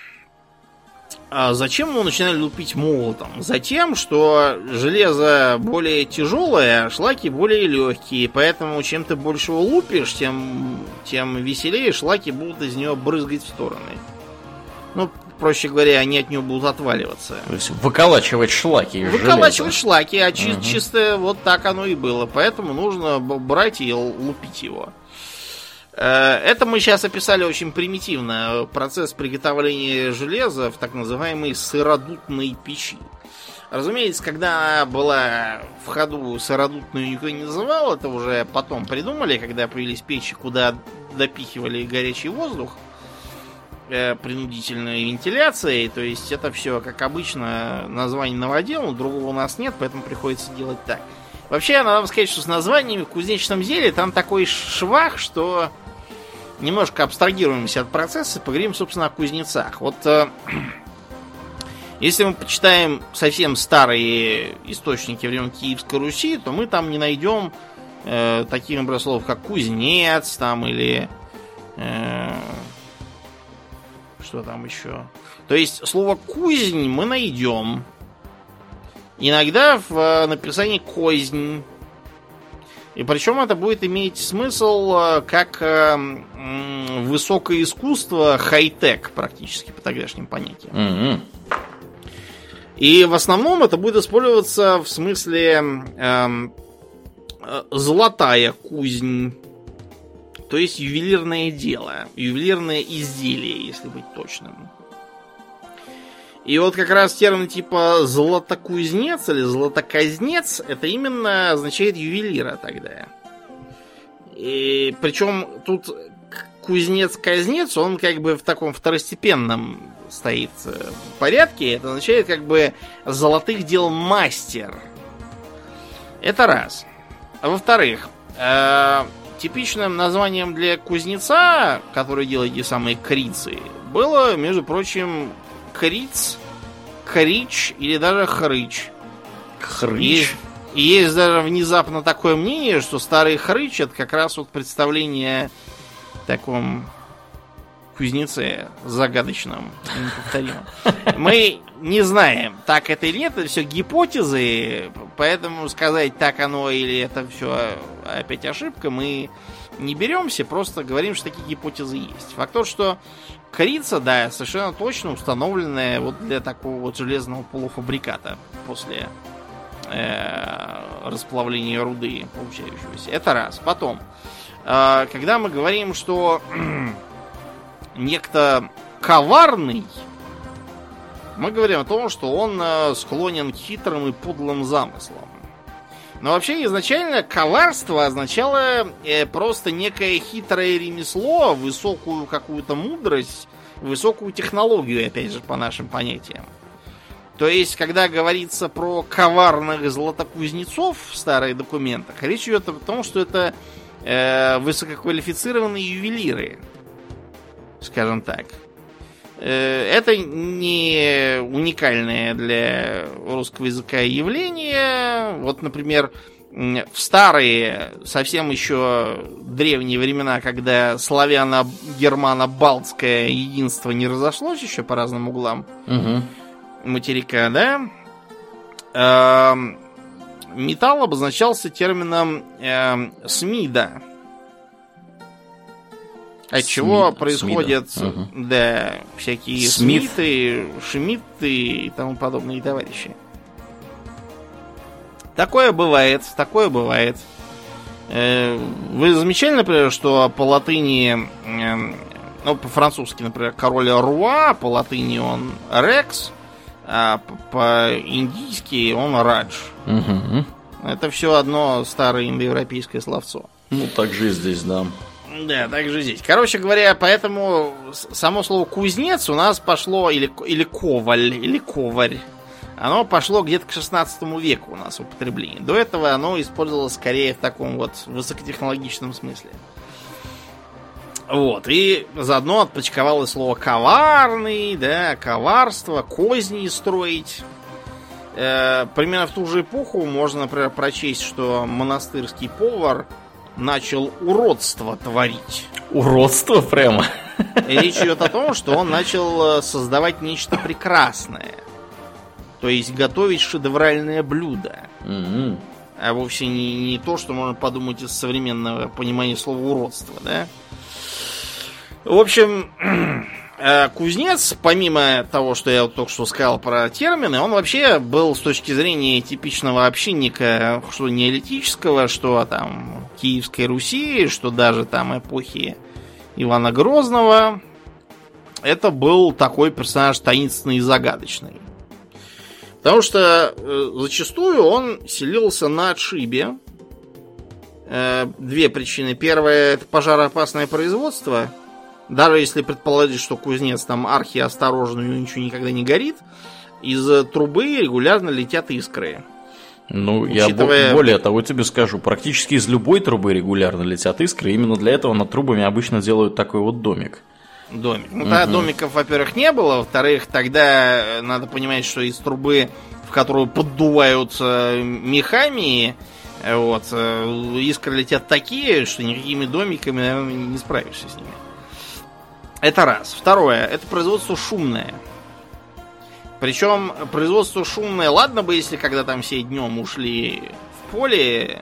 А зачем его начинали лупить молотом? Затем, что железо более тяжелое, а шлаки более легкие. Поэтому чем ты больше его лупишь, тем, тем веселее шлаки будут из него брызгать в стороны. Ну, проще говоря, они от него будут отваливаться. То есть выколачивать шлаки из Выколачивать железа. шлаки, а чи- угу. чисто вот так оно и было. Поэтому нужно брать и лупить его. Это мы сейчас описали очень примитивно. Процесс приготовления железа в так называемой сыродутной печи. Разумеется, когда была в ходу сыродутную никто не называл, это уже потом придумали, когда появились печи, куда допихивали горячий воздух принудительной вентиляцией. То есть это все, как обычно, название новодел, но другого у нас нет, поэтому приходится делать так. Вообще, надо сказать, что с названиями в кузнечном деле там такой швах, что немножко абстрагируемся от процесса и поговорим, собственно, о кузнецах. Вот э, если мы почитаем совсем старые источники времен Киевской Руси, то мы там не найдем э, таких, например, слов, как кузнец, там, или э, что там еще. То есть слово кузнь мы найдем иногда в э, написании кознь. И причем это будет иметь смысл как э, э, высокое искусство, хай-тек практически по тогдашним понятиям. Mm-hmm. И в основном это будет использоваться в смысле э, э, золотая кузнь. То есть ювелирное дело, ювелирное изделие, если быть точным. И вот как раз термин типа золотокузнец или золотоказнец, это именно означает ювелира тогда. И причем тут кузнец-казнец, он как бы в таком второстепенном стоит порядке. Это означает как бы золотых дел мастер. Это раз. А во-вторых, э, типичным названием для кузнеца, который делает те самые крицы, было, между прочим, криц, крич или даже хрыч. Хрыч. И, и есть даже внезапно такое мнение, что старый хрыч — это как раз вот представление о таком кузнеце загадочном, неповторимом. Мы не знаем, так это или нет, это все гипотезы, поэтому сказать, так оно или это все опять ошибка, мы не беремся, просто говорим, что такие гипотезы есть. Факт тот, что крица, да, совершенно точно установленная вот для такого вот железного полуфабриката после э, расплавления руды получающегося. Это раз. Потом, когда мы говорим, что некто коварный, мы говорим о том, что он склонен к хитрым и подлым замыслам. Но вообще изначально коварство означало просто некое хитрое ремесло, высокую какую-то мудрость, высокую технологию, опять же, по нашим понятиям. То есть, когда говорится про коварных златокузнецов в старых документах, речь идет о том, что это э, высококвалифицированные ювелиры, скажем так. Э, это не уникальное для русского языка явление. Вот, например, в старые, совсем еще древние времена, когда славяно-германо-балтское единство не разошлось еще по разным углам, угу. материка, да, э, металл обозначался термином э, смида. От Смид, чего происходят угу. да, всякие Смит. смиты, шмидты и тому подобные товарищи. Такое бывает, такое бывает. Э, вы замечали, например, что по латыни, э, ну, по-французски, например, король Руа, по латыни он Рекс, а по-индийски он Радж. Угу. Это все одно старое индоевропейское словцо. Ну, так же и здесь, да. Да, так же здесь. Короче говоря, поэтому само слово кузнец у нас пошло, или, или коваль, или коварь, оно пошло где-то к шестнадцатому веку у нас в употреблении. До этого оно использовалось скорее в таком вот высокотехнологичном смысле. Вот, и заодно отпочковалось слово коварный, да, коварство, козни строить. Э, примерно в ту же эпоху можно, например, прочесть, что монастырский повар начал уродство творить. Уродство прямо? И речь идет о том, что он начал создавать нечто прекрасное. То есть готовить шедевральное блюдо. Mm-hmm. А вовсе не, не то, что можно подумать из современного понимания слова уродство, да? В общем, кузнец, помимо того, что я только что сказал про термины, он вообще был с точки зрения типичного общинника, что неолитического, что там Киевской Руси, что даже там эпохи Ивана Грозного. Это был такой персонаж таинственный и загадочный. Потому что э, зачастую он селился на отшибе. Э, две причины. Первая — это пожароопасное производство. Даже если предположить, что кузнец там архиосторожный, у него ничего никогда не горит, из трубы регулярно летят искры. Ну, Учитывая... я более того тебе скажу, практически из любой трубы регулярно летят искры. Именно для этого над трубами обычно делают такой вот домик. Домик. Ну, тогда угу. домиков, во-первых, не было. Во-вторых, тогда надо понимать, что из трубы, в которую поддуваются мехами, вот, искры летят такие, что никакими домиками, наверное, не справишься с ними. Это раз. Второе. Это производство шумное. Причем производство шумное, ладно бы, если когда там все днем ушли в поле,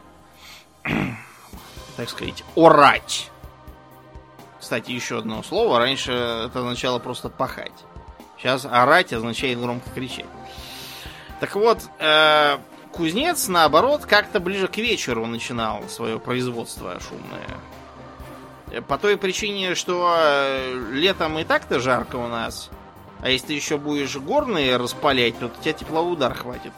так сказать, орать. Кстати, еще одно слово. Раньше это означало просто пахать. Сейчас орать означает громко кричать. Так вот, э, кузнец, наоборот, как-то ближе к вечеру начинал свое производство шумное. По той причине, что летом и так-то жарко у нас. А если ты еще будешь горные распалять, то у тебя тепловой удар хватит.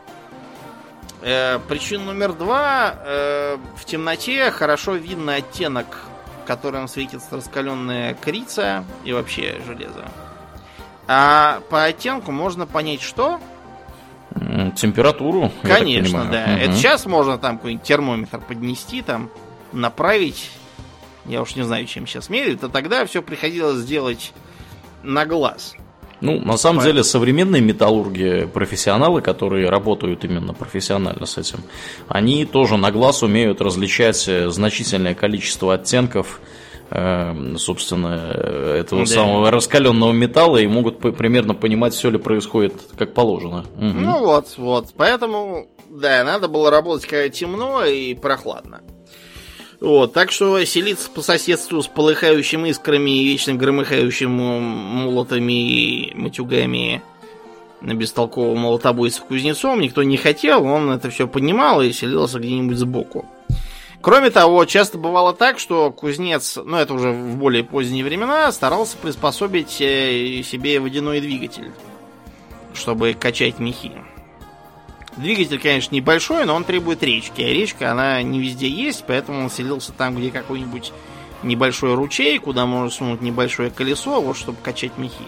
Э, причина номер два. Э, в темноте хорошо видно оттенок, которым светится раскаленная крица и вообще железо. А по оттенку можно понять, что? Температуру. Конечно, да. Угу. Это сейчас можно там какой-нибудь термометр поднести, там направить. Я уж не знаю, чем сейчас меряют. А тогда все приходилось делать на глаз. Ну, на самом Понятно. деле, современные металлурги, профессионалы, которые работают именно профессионально с этим, они тоже на глаз умеют различать значительное количество оттенков, э, собственно, этого да. самого раскаленного металла и могут по- примерно понимать, все ли происходит как положено. Угу. Ну вот, вот. Поэтому, да, надо было работать, когда темно и прохладно. Вот, так что селиться по соседству с полыхающими искрами и вечно громыхающим молотами и матюгами на бестолкового молотобойца кузнецом никто не хотел, он это все понимал и селился где-нибудь сбоку. Кроме того, часто бывало так, что кузнец, ну это уже в более поздние времена, старался приспособить себе водяной двигатель, чтобы качать мехи. Двигатель, конечно, небольшой, но он требует речки, а речка, она не везде есть, поэтому он селился там, где какой-нибудь небольшой ручей, куда можно сунуть небольшое колесо, вот чтобы качать мехи.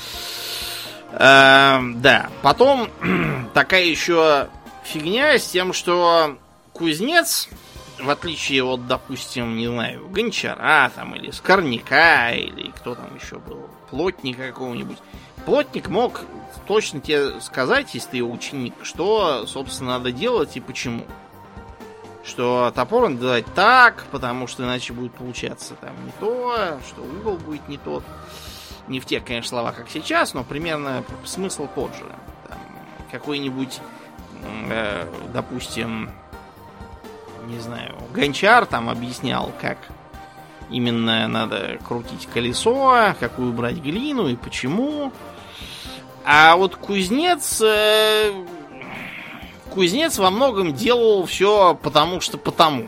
Э, да, потом такая еще фигня с тем, что кузнец, в отличие от, допустим, не знаю, гончара там, или скорняка, или кто там еще был, плотника какого-нибудь, плотник мог точно тебе сказать, если ты его ученик, что, собственно, надо делать и почему. Что топор надо делать так, потому что иначе будет получаться там не то, что угол будет не тот. Не в тех, конечно, словах, как сейчас, но примерно смысл тот же. Там, какой-нибудь, э, допустим, не знаю, гончар там объяснял, как именно надо крутить колесо, какую брать глину и почему. А вот кузнец... Э, кузнец во многом делал все потому что потому.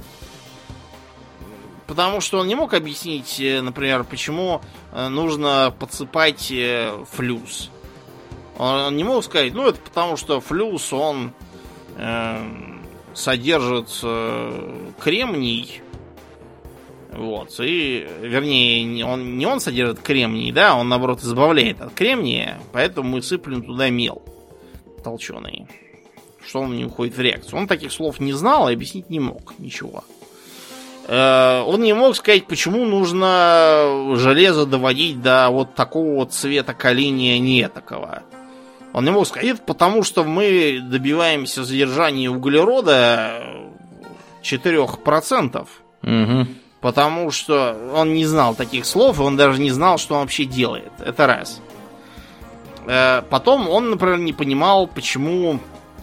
Потому что он не мог объяснить, например, почему нужно подсыпать флюс. Он не мог сказать, ну это потому что флюс, он э, содержит э, кремний. Вот, и, вернее, он, не он содержит кремний, да, он, наоборот, избавляет от кремния, поэтому мы сыплем туда мел толченый, что он не уходит в реакцию. Он таких слов не знал и объяснить не мог ничего. Э, он не мог сказать, почему нужно железо доводить до вот такого вот цвета каления не такого. Он не мог сказать, это потому что мы добиваемся содержания углерода четыре процента. Угу. Потому что он не знал таких слов, и он даже не знал, что он вообще делает. Это раз. Э, потом он, например, не понимал, почему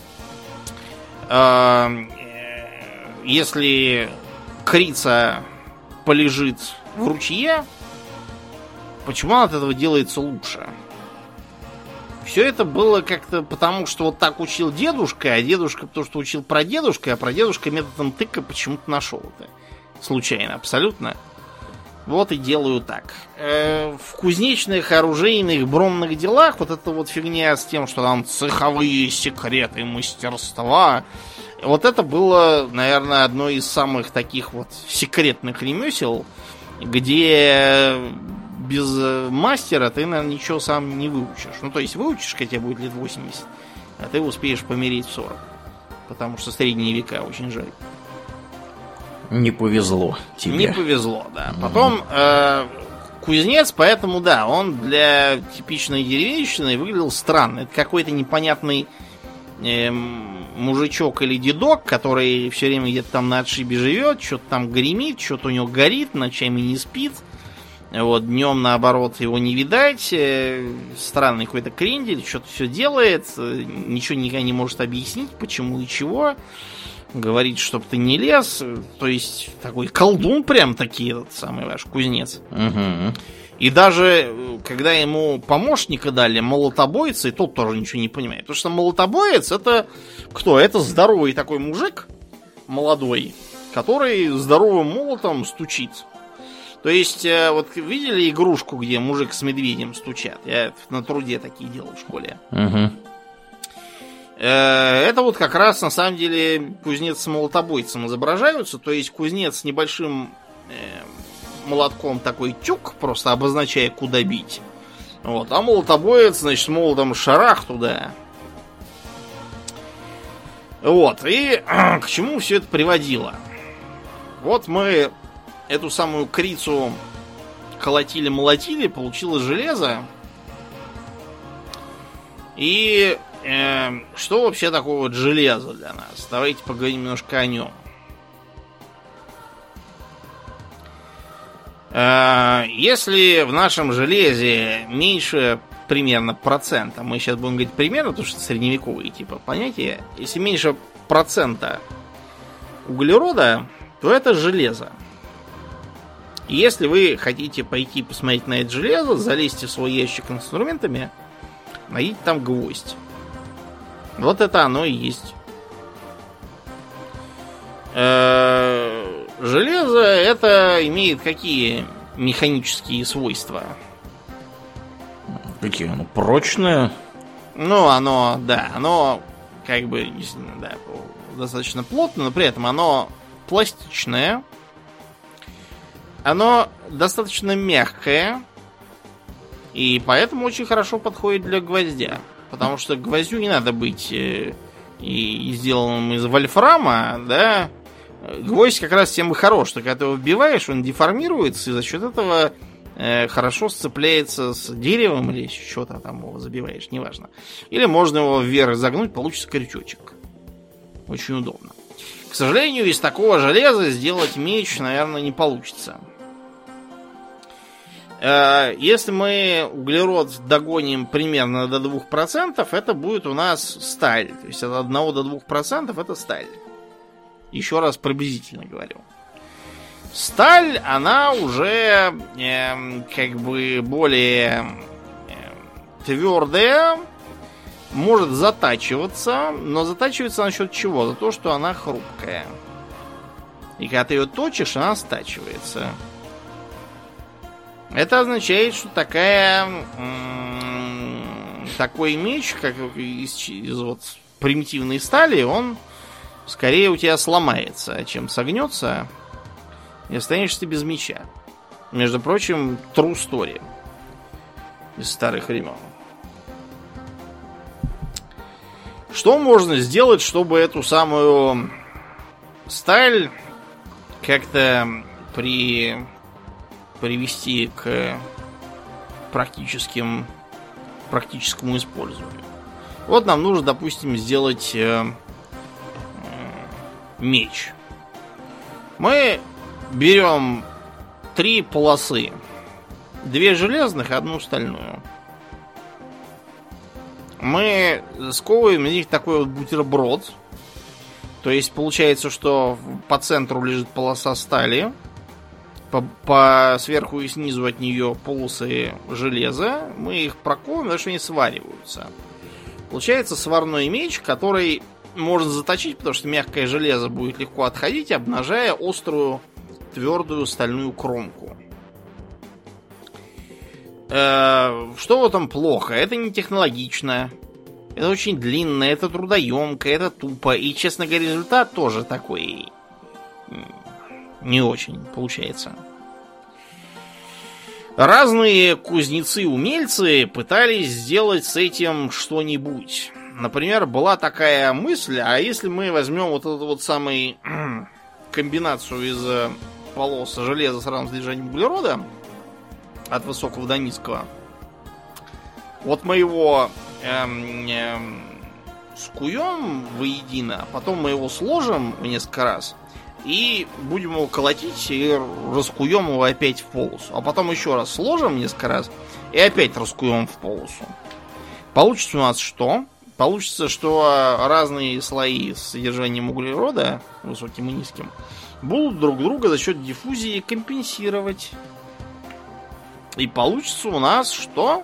э, если крица полежит в ручье, почему он от этого делается лучше. Все это было как-то потому, что вот так учил дедушка, а дедушка то, что учил прадедушка, а прадедушка методом тыка почему-то нашел это. Случайно, абсолютно. Вот и делаю так. Э, в кузнечных, оружейных, бронных делах вот эта вот фигня с тем, что там цеховые секреты мастерства, вот это было, наверное, одно из самых таких вот секретных ремесел, где без мастера ты, наверное, ничего сам не выучишь. Ну, то есть выучишь, хотя будет лет восемьдесят, а ты успеешь помереть в сорок. Потому что средние века очень жаль. Не повезло тебе. Не повезло, да. Потом э, кузнец, поэтому, да, он для типичной деревенщины выглядел странно. Это какой-то непонятный э, мужичок или дедок, который все время где-то там на отшибе живет, что-то там гремит, что-то у него горит, ночами не спит. Вот, днем, наоборот, его не видать. Э, странный какой-то крендель, что-то все делает, э, ничего никогда не может объяснить, почему и чего. Говорит, чтоб ты не лез. То есть, такой колдун прям таки, этот самый ваш кузнец. Угу. И даже, когда ему помощника дали, молотобойца, и тот тоже ничего не понимает. Потому что молотобоец это кто? Это здоровый такой мужик, молодой, который здоровым молотом стучит. То есть, вот видели игрушку, где мужик с медведем стучат? Я на труде такие делал в школе. Угу. Это вот как раз на самом деле кузнец с молотобойцем изображаются. То есть кузнец с небольшим э, молотком такой тюк, просто обозначая, куда бить. Вот. А молотобоец, значит, молотом шарах туда. Вот. И к чему все это приводило? Вот мы эту самую крицу колотили-молотили, получилось железо. И э, что вообще такое вот железо для нас? Давайте поговорим немножко о нем. Э, если в нашем железе меньше примерно процента, мы сейчас будем говорить примерно, потому что это средневековые типа понятия, если меньше процента углерода, то это железо. Если вы хотите пойти посмотреть на это железо, залезьте в свой ящик с инструментами, найдите там гвоздь. Вот это оно и есть. Э, железо это имеет какие механические свойства? Какие? Оно прочное? Ну, оно, да, оно как бы, да, достаточно плотно, но при этом оно пластичное. Оно достаточно мягкое. И поэтому очень хорошо подходит для гвоздя. Потому что гвоздю не надо быть э, и сделанным из вольфрама, да. Гвоздь как раз тем и хорош, что когда ты его вбиваешь, он деформируется, и за счет этого э, хорошо сцепляется с деревом или что-то там его забиваешь, неважно. Или можно его вверх загнуть, получится крючочек. Очень удобно. К сожалению, из такого железа сделать меч, наверное, не получится. Если мы углерод догоним примерно до двух процентов, это будет у нас сталь. То есть от одного до двух процентов это сталь. Еще раз приблизительно говорю. Сталь, она уже э, как бы более э, твердая, может затачиваться, но затачивается за счет чего? За то, что она хрупкая. И когда ты ее точишь, она стачивается. Это означает, что такая, м- такой меч, как из, из вот примитивной стали, он скорее у тебя сломается, чем согнется, и останешься без меча. Между прочим, true story из старых времен. Что можно сделать, чтобы эту самую сталь как-то при... привести к практическим, практическому использованию? Вот нам нужно, допустим, сделать э, э, меч. Мы берем три полосы. Две железных, одну стальную. Мы сковываем из них такой вот бутерброд. То есть получается, что по центру лежит полоса стали. По, по сверху и снизу от нее полосы железа. Мы их проковываем, потому что они свариваются. Получается сварной меч, который можно заточить, потому что мягкое железо будет легко отходить, обнажая острую, твердую стальную кромку. Э, что в этом плохо? Это не технологично. Это очень длинно, это трудоемко, это тупо. И, честно говоря, результат тоже такой... не очень получается. Разные кузнецы-умельцы пытались сделать с этим что-нибудь. Например, была такая мысль, а если мы возьмем вот эту вот самую комбинацию из полос железа с равным содержанием углерода от высокого до низкого, вот мы его эм, эм, скуем воедино, потом мы его сложим в несколько раз, и будем его колотить и раскуем его опять в полосу. А потом еще раз сложим несколько раз и опять раскуем в полосу. Получится у нас что? Получится, что разные слои с содержанием углерода, высоким и низким, будут друг друга за счет диффузии компенсировать. И получится у нас что?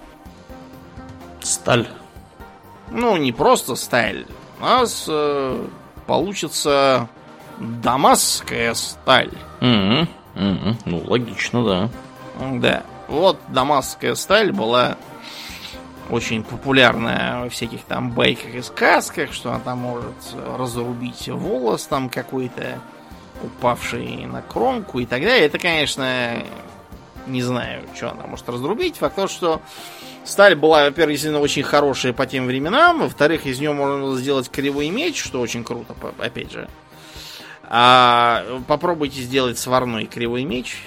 Сталь. Ну, не просто сталь. У нас э, получится... дамасская сталь. Mm-hmm. Mm-hmm. Ну, логично, да. Да. Вот дамасская сталь была очень популярная во всяких там байках и сказках, что она там может разрубить волос там какой-то, упавший на кромку и так далее. Это, конечно, не знаю, что она может разрубить. Факт то, что сталь была, во-первых, действительно очень хорошая по тем временам, во-вторых, из нее можно было сделать кривой меч, что очень круто, опять же. А попробуйте сделать сварной кривой меч.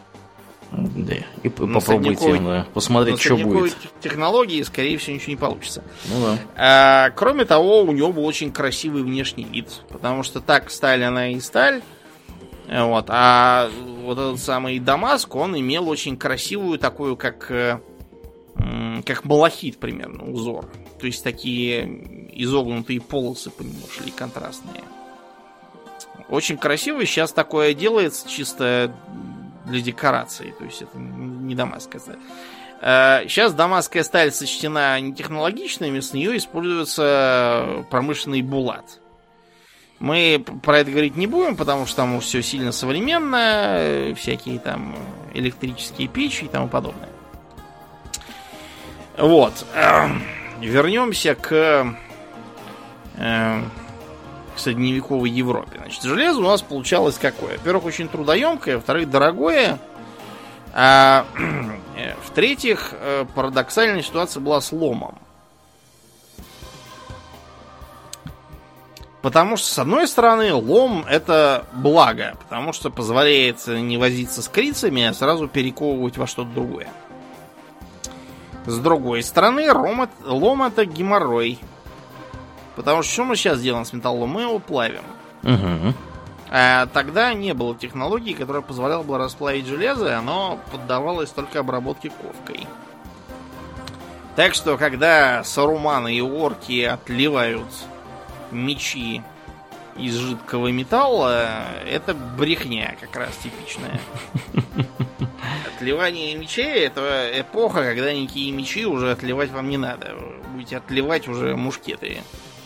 Да, и попробуйте да, посмотреть, что будет. Технологии, скорее всего, ничего не получится. Ну да. А, кроме того, у него был очень красивый внешний вид. Потому что так сталь, она и сталь. Вот, а вот этот самый Дамаск, он имел очень красивую такую, как, как малахит примерно, узор. То есть такие изогнутые полосы по нему шли, контрастные. Очень красиво. Сейчас такое делается чисто для декорации. То есть это не дамасская сталь. Сейчас дамасская сталь сочтена не технологичными, с нее используется промышленный булат. Мы про это говорить не будем, потому что там уж все сильно современно, всякие там электрические печи и тому подобное. Вот. Вернемся к, к средневековой Европе. Значит, железо у нас получалось какое? Во-первых, очень трудоемкое, во-вторых, дорогое. А в-третьих, парадоксальная ситуация была с ломом. Потому что, с одной стороны, лом это благо, потому что позволяет не возиться с крицами, а сразу перековывать во что-то другое. С другой стороны, лом, лом это геморрой. Потому что что мы сейчас делаем с металлом? Мы его плавим. Угу. А тогда не было технологии, которая позволяла бы расплавить железо, оно поддавалось только обработке ковкой. Так что, когда саруманы и орки отливают мечи из жидкого металла, это брехня как раз типичная. Отливание мечей — это эпоха, когда никакие мечи уже отливать вам не надо. Вы будете отливать уже мушкеты.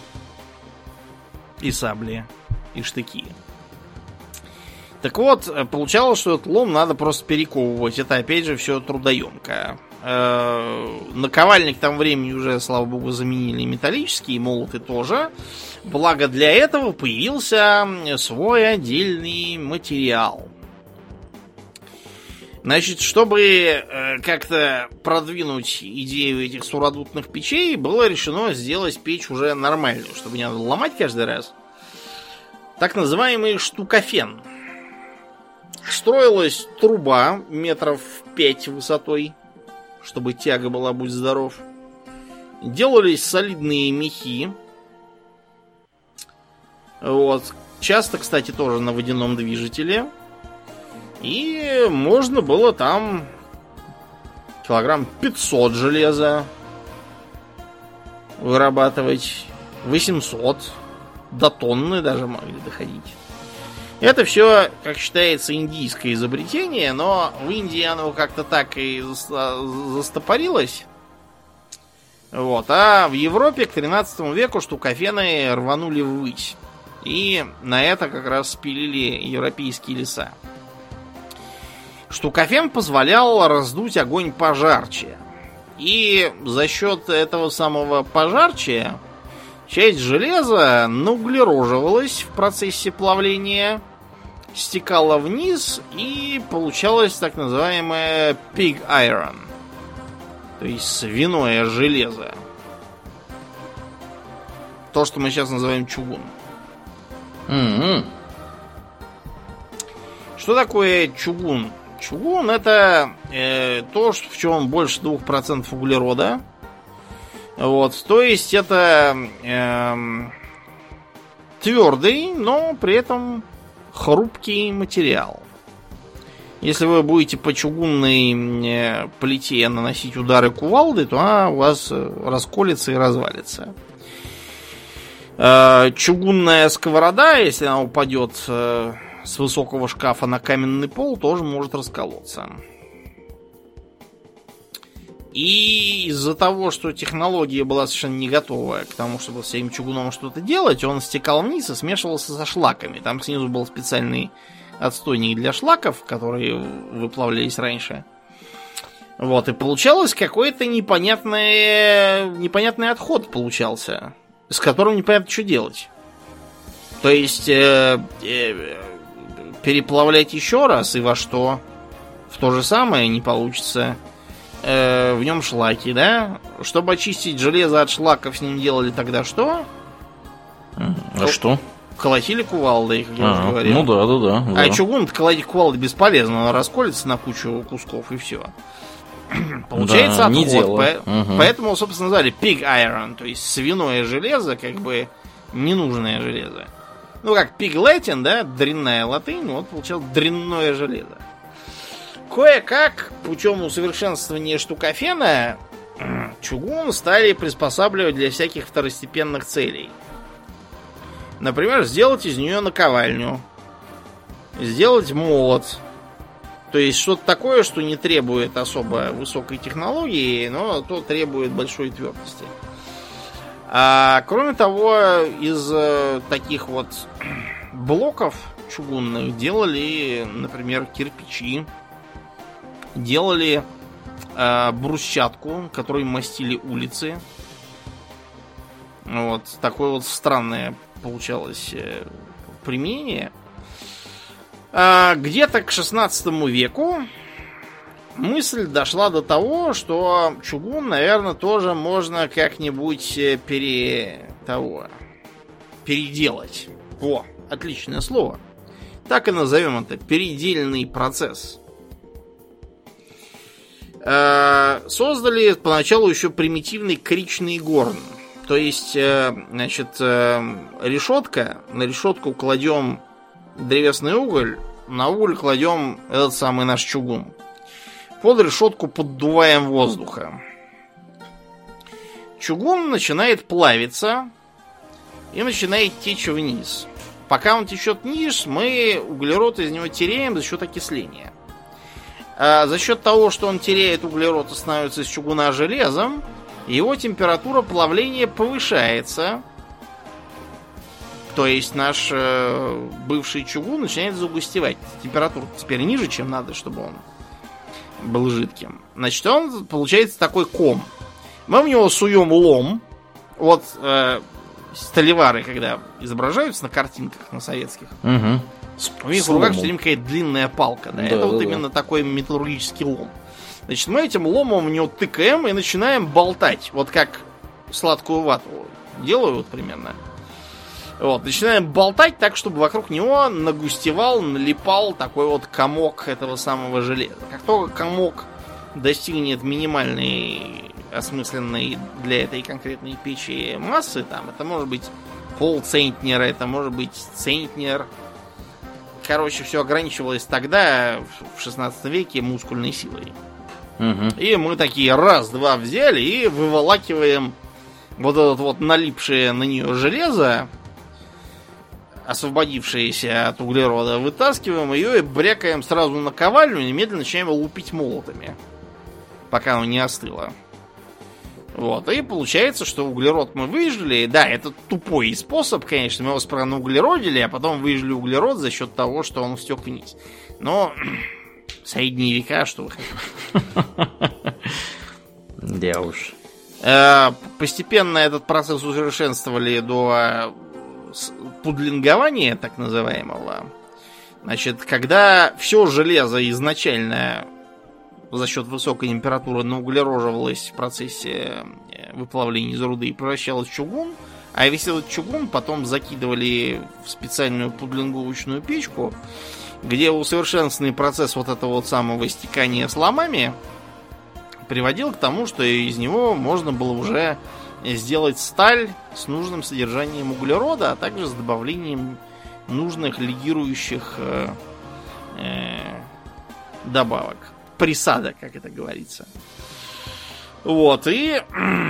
И сабли. И штыки. Так вот, получалось, что этот лом надо просто перековывать. Это, опять же, все трудоемко. Наковальни к тому времени уже, слава богу, заменили металлические, молоты тоже. Благо для этого появился свой отдельный материал. Значит, чтобы как-то продвинуть идею этих суродутных печей, было решено сделать печь уже нормальную, чтобы не надо ломать каждый раз. Так называемый штукофен. Строилась труба метров пять высотой, чтобы тяга была, будь здоров. Делались солидные мехи. Вот. Часто, кстати, тоже на водяном движителе. И можно было там килограмм пятьсот железа вырабатывать. восемьсот. До тонны даже могли доходить. Это все, как считается, индийское изобретение, но в Индии оно как-то так и застопорилось. Вот. А в Европе к тринадцатому веку штукофены рванули ввысь. И на это как раз спилили европейские леса. Штукофен позволял раздуть огонь пожарче. И за счет этого самого пожарче часть железа науглероживалась в процессе плавления, стекала вниз, и получалось так называемое pig iron, то есть свиное железо. То, что мы сейчас называем чугун. Mm-hmm. Что такое чугун? Чугун — это э, то, в чем больше двух процентов углерода. Вот, то есть это э, твердый, но при этом хрупкий материал. Если вы будете по чугунной э, плите наносить удары кувалды, то она у вас расколется и развалится. Э, чугунная сковорода, если она упадет э, с высокого шкафа на каменный пол, тоже может расколоться. И из-за того, что технология была совершенно не готова к тому, чтобы с этим чугуном что-то делать, он стекал вниз и смешивался со шлаками. Там снизу был специальный отстойник для шлаков, которые выплавлялись раньше. Вот, и получалось какой-то непонятный, непонятный отход получался, с которым непонятно, что делать. То есть э, э, переплавлять еще раз и во что? В то же самое не получится. В нем шлаки, да? Чтобы очистить железо от шлаков, с ним делали тогда что? А что? Колотили кувалдой, как я а, уже говорил. Ну да, да, да. А да. Чугун колотить кувалдой бесполезно, он расколется на кучу кусков и все. Получается да, отход. Не дело. По- угу. Поэтому, собственно, назвали pig iron, то есть свиное железо, как бы ненужное железо. Ну, как pig Latin, да, дрянная латынь, вот получалось дрянное железо. Кое-как, путем усовершенствования штукофена, чугун стали приспосабливать для всяких второстепенных целей. Например, сделать из нее наковальню. Сделать молот. То есть что-то такое, что не требует особо высокой технологии, но то требует большой твердости. А, кроме того, из э, таких вот блоков чугунных делали, например, кирпичи, делали э, брусчатку, которой мастили улицы. Вот такое вот странное получалось э, применение. А, где-то к шестнадцатому веку мысль дошла до того, что чугун, наверное, тоже можно как-нибудь пере... того... переделать. О, отличное слово. Так и назовем это. Передельный процесс. Э, создали поначалу еще примитивный коричный горн. То есть, э, значит, э, решетка. На решетку кладем древесный уголь. На уголь кладем этот самый наш чугун. Под решетку поддуваем воздуха. Чугун начинает плавиться и начинает течь вниз. Пока он течет вниз, мы углерод из него теряем за счет окисления. А за счет того, что он теряет углерод и становится из чугуна железом, его температура плавления повышается. То есть наш э, бывший чугун начинает загустевать. Температура теперь ниже, чем надо, чтобы он был жидким. Значит, он получается такой ком. Мы в него суем лом. Вот э, сталевары, когда изображаются на картинках, на советских, угу. у них в руках все время какая-то длинная палка. Да? Да, Это да, вот да. именно такой металлургический лом. Значит, мы этим ломом в него тыкаем и начинаем болтать. Вот как сладкую вату делаю вот примерно. Вот, начинаем болтать так, чтобы вокруг него нагустевал, налипал такой вот комок этого самого железа. Как только комок достигнет минимальной, осмысленной для этой конкретной печи массы, там, это может быть полцентнера, это может быть центнер. Короче, все ограничивалось тогда, в шестнадцатом веке, мускульной силой. Угу. И мы такие раз-два взяли и выволакиваем вот этот вот налипшее на нее железо, освободившиеся от углерода, вытаскиваем ее и брякаем сразу на ковальню и немедленно начинаем лупить молотами, пока оно не остыло. Вот, и получается, что углерод мы выжгли. Да, это тупой способ, конечно, мы его сперва науглеродили, а потом выжгли углерод за счет того, что он стек вниз. Но средние века, что вы хотите. Да уж. Постепенно этот процесс усовершенствовали до пудлингования, так называемого. Значит, когда все железо изначально за счет высокой температуры науглероживалось в процессе выплавления из руды и превращалось в чугун, а весь этот чугун потом закидывали в специальную пудлинговочную печку, где усовершенствованный процесс вот этого вот самого стекания с ломами приводил к тому, что из него можно было уже сделать сталь с нужным содержанием углерода, а также с добавлением нужных лигирующих э, э, добавок. Присадок, как это говорится. Вот, и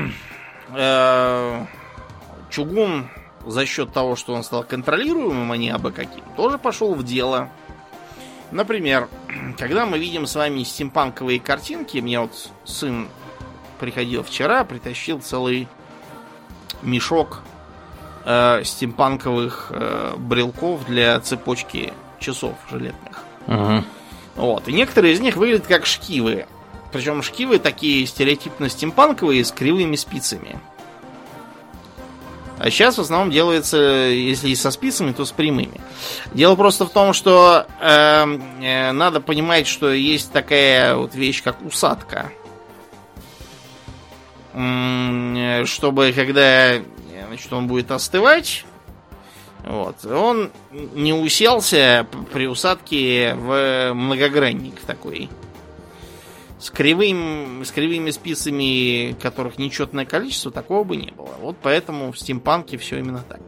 э, чугун за счет того, что он стал контролируемым, а не абы каким, тоже пошел в дело. Например, когда мы видим с вами стимпанковые картинки, мне вот сын приходил вчера, притащил целый мешок э, стимпанковых э, брелков для цепочки часов железных. Угу. Вот. И некоторые из них выглядят как шкивы. Причем шкивы такие стереотипно стимпанковые с кривыми спицами. А сейчас в основном делается, если и со спицами, то с прямыми. Дело просто в том, что э, э, надо понимать, что есть такая вот вещь, как усадка. М-м, чтобы когда, значит, он будет остывать, вот, он не уселся при усадке в многогранник такой. С, кривым, с кривыми спицами, которых нечетное количество, такого бы не было. Вот поэтому в стимпанке все именно так.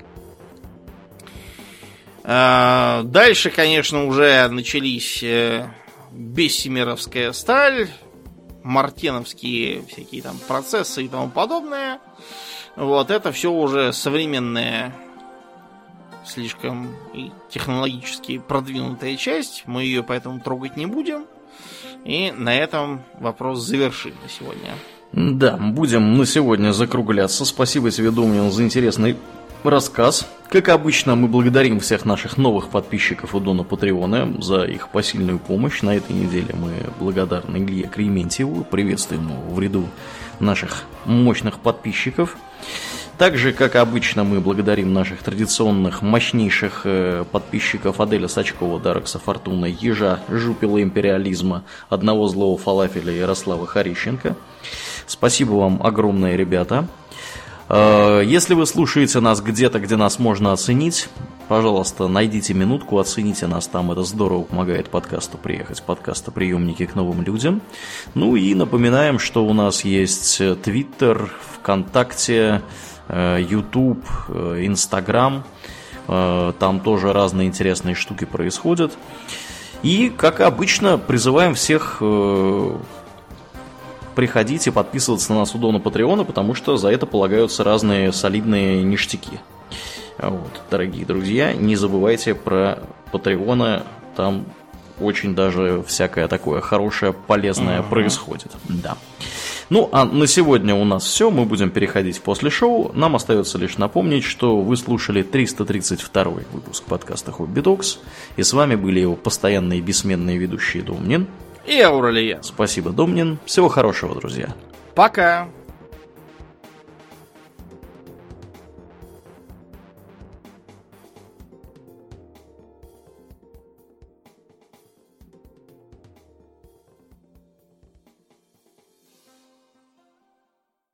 А, дальше, конечно, уже начались бессимеровская сталь, мартеновские всякие там процессы и тому подобное. Вот это все уже современная, слишком и технологически продвинутая часть. Мы ее поэтому трогать не будем. И на этом вопрос завершим на сегодня. Да, будем на сегодня закругляться. Спасибо тебе, Домнин, за интересный рассказ. Как обычно, мы благодарим всех наших новых подписчиков у Дона Патреона за их посильную помощь. На этой неделе мы благодарны Илье Клементьеву. Приветствуем его в ряду наших мощных подписчиков. Также, как обычно, мы благодарим наших традиционных мощнейших э, подписчиков Аделя Сачкова, Дарекса Фортуна, Ежа, Жупила Империализма, Одного Злого Фалафеля и Ярослава Харищенко. Спасибо вам огромное, ребята. Э, если вы слушаете нас где-то, где нас можно оценить, пожалуйста, найдите минутку, оцените нас там, это здорово помогает подкасту приехать, подкастоприемники к новым людям. Ну и напоминаем, что у нас есть Твиттер, ВКонтакте, YouTube, Instagram, там тоже разные интересные штуки происходят. И, как обычно, призываем всех приходить и подписываться на нас у Дона Патреона, потому что за это полагаются разные солидные ништяки. Вот, дорогие друзья, не забывайте про Патреона, там очень даже всякое такое хорошее, полезное uh-huh. происходит. Да. Ну, а на сегодня у нас все, мы будем переходить в после шоу. Нам остается лишь напомнить, что вы слушали триста тридцать второй выпуск подкаста Хобби Догс, и с вами были его постоянные бессменные ведущие Домнин и Ауралия. Спасибо, Домнин. Всего хорошего, друзья. Пока.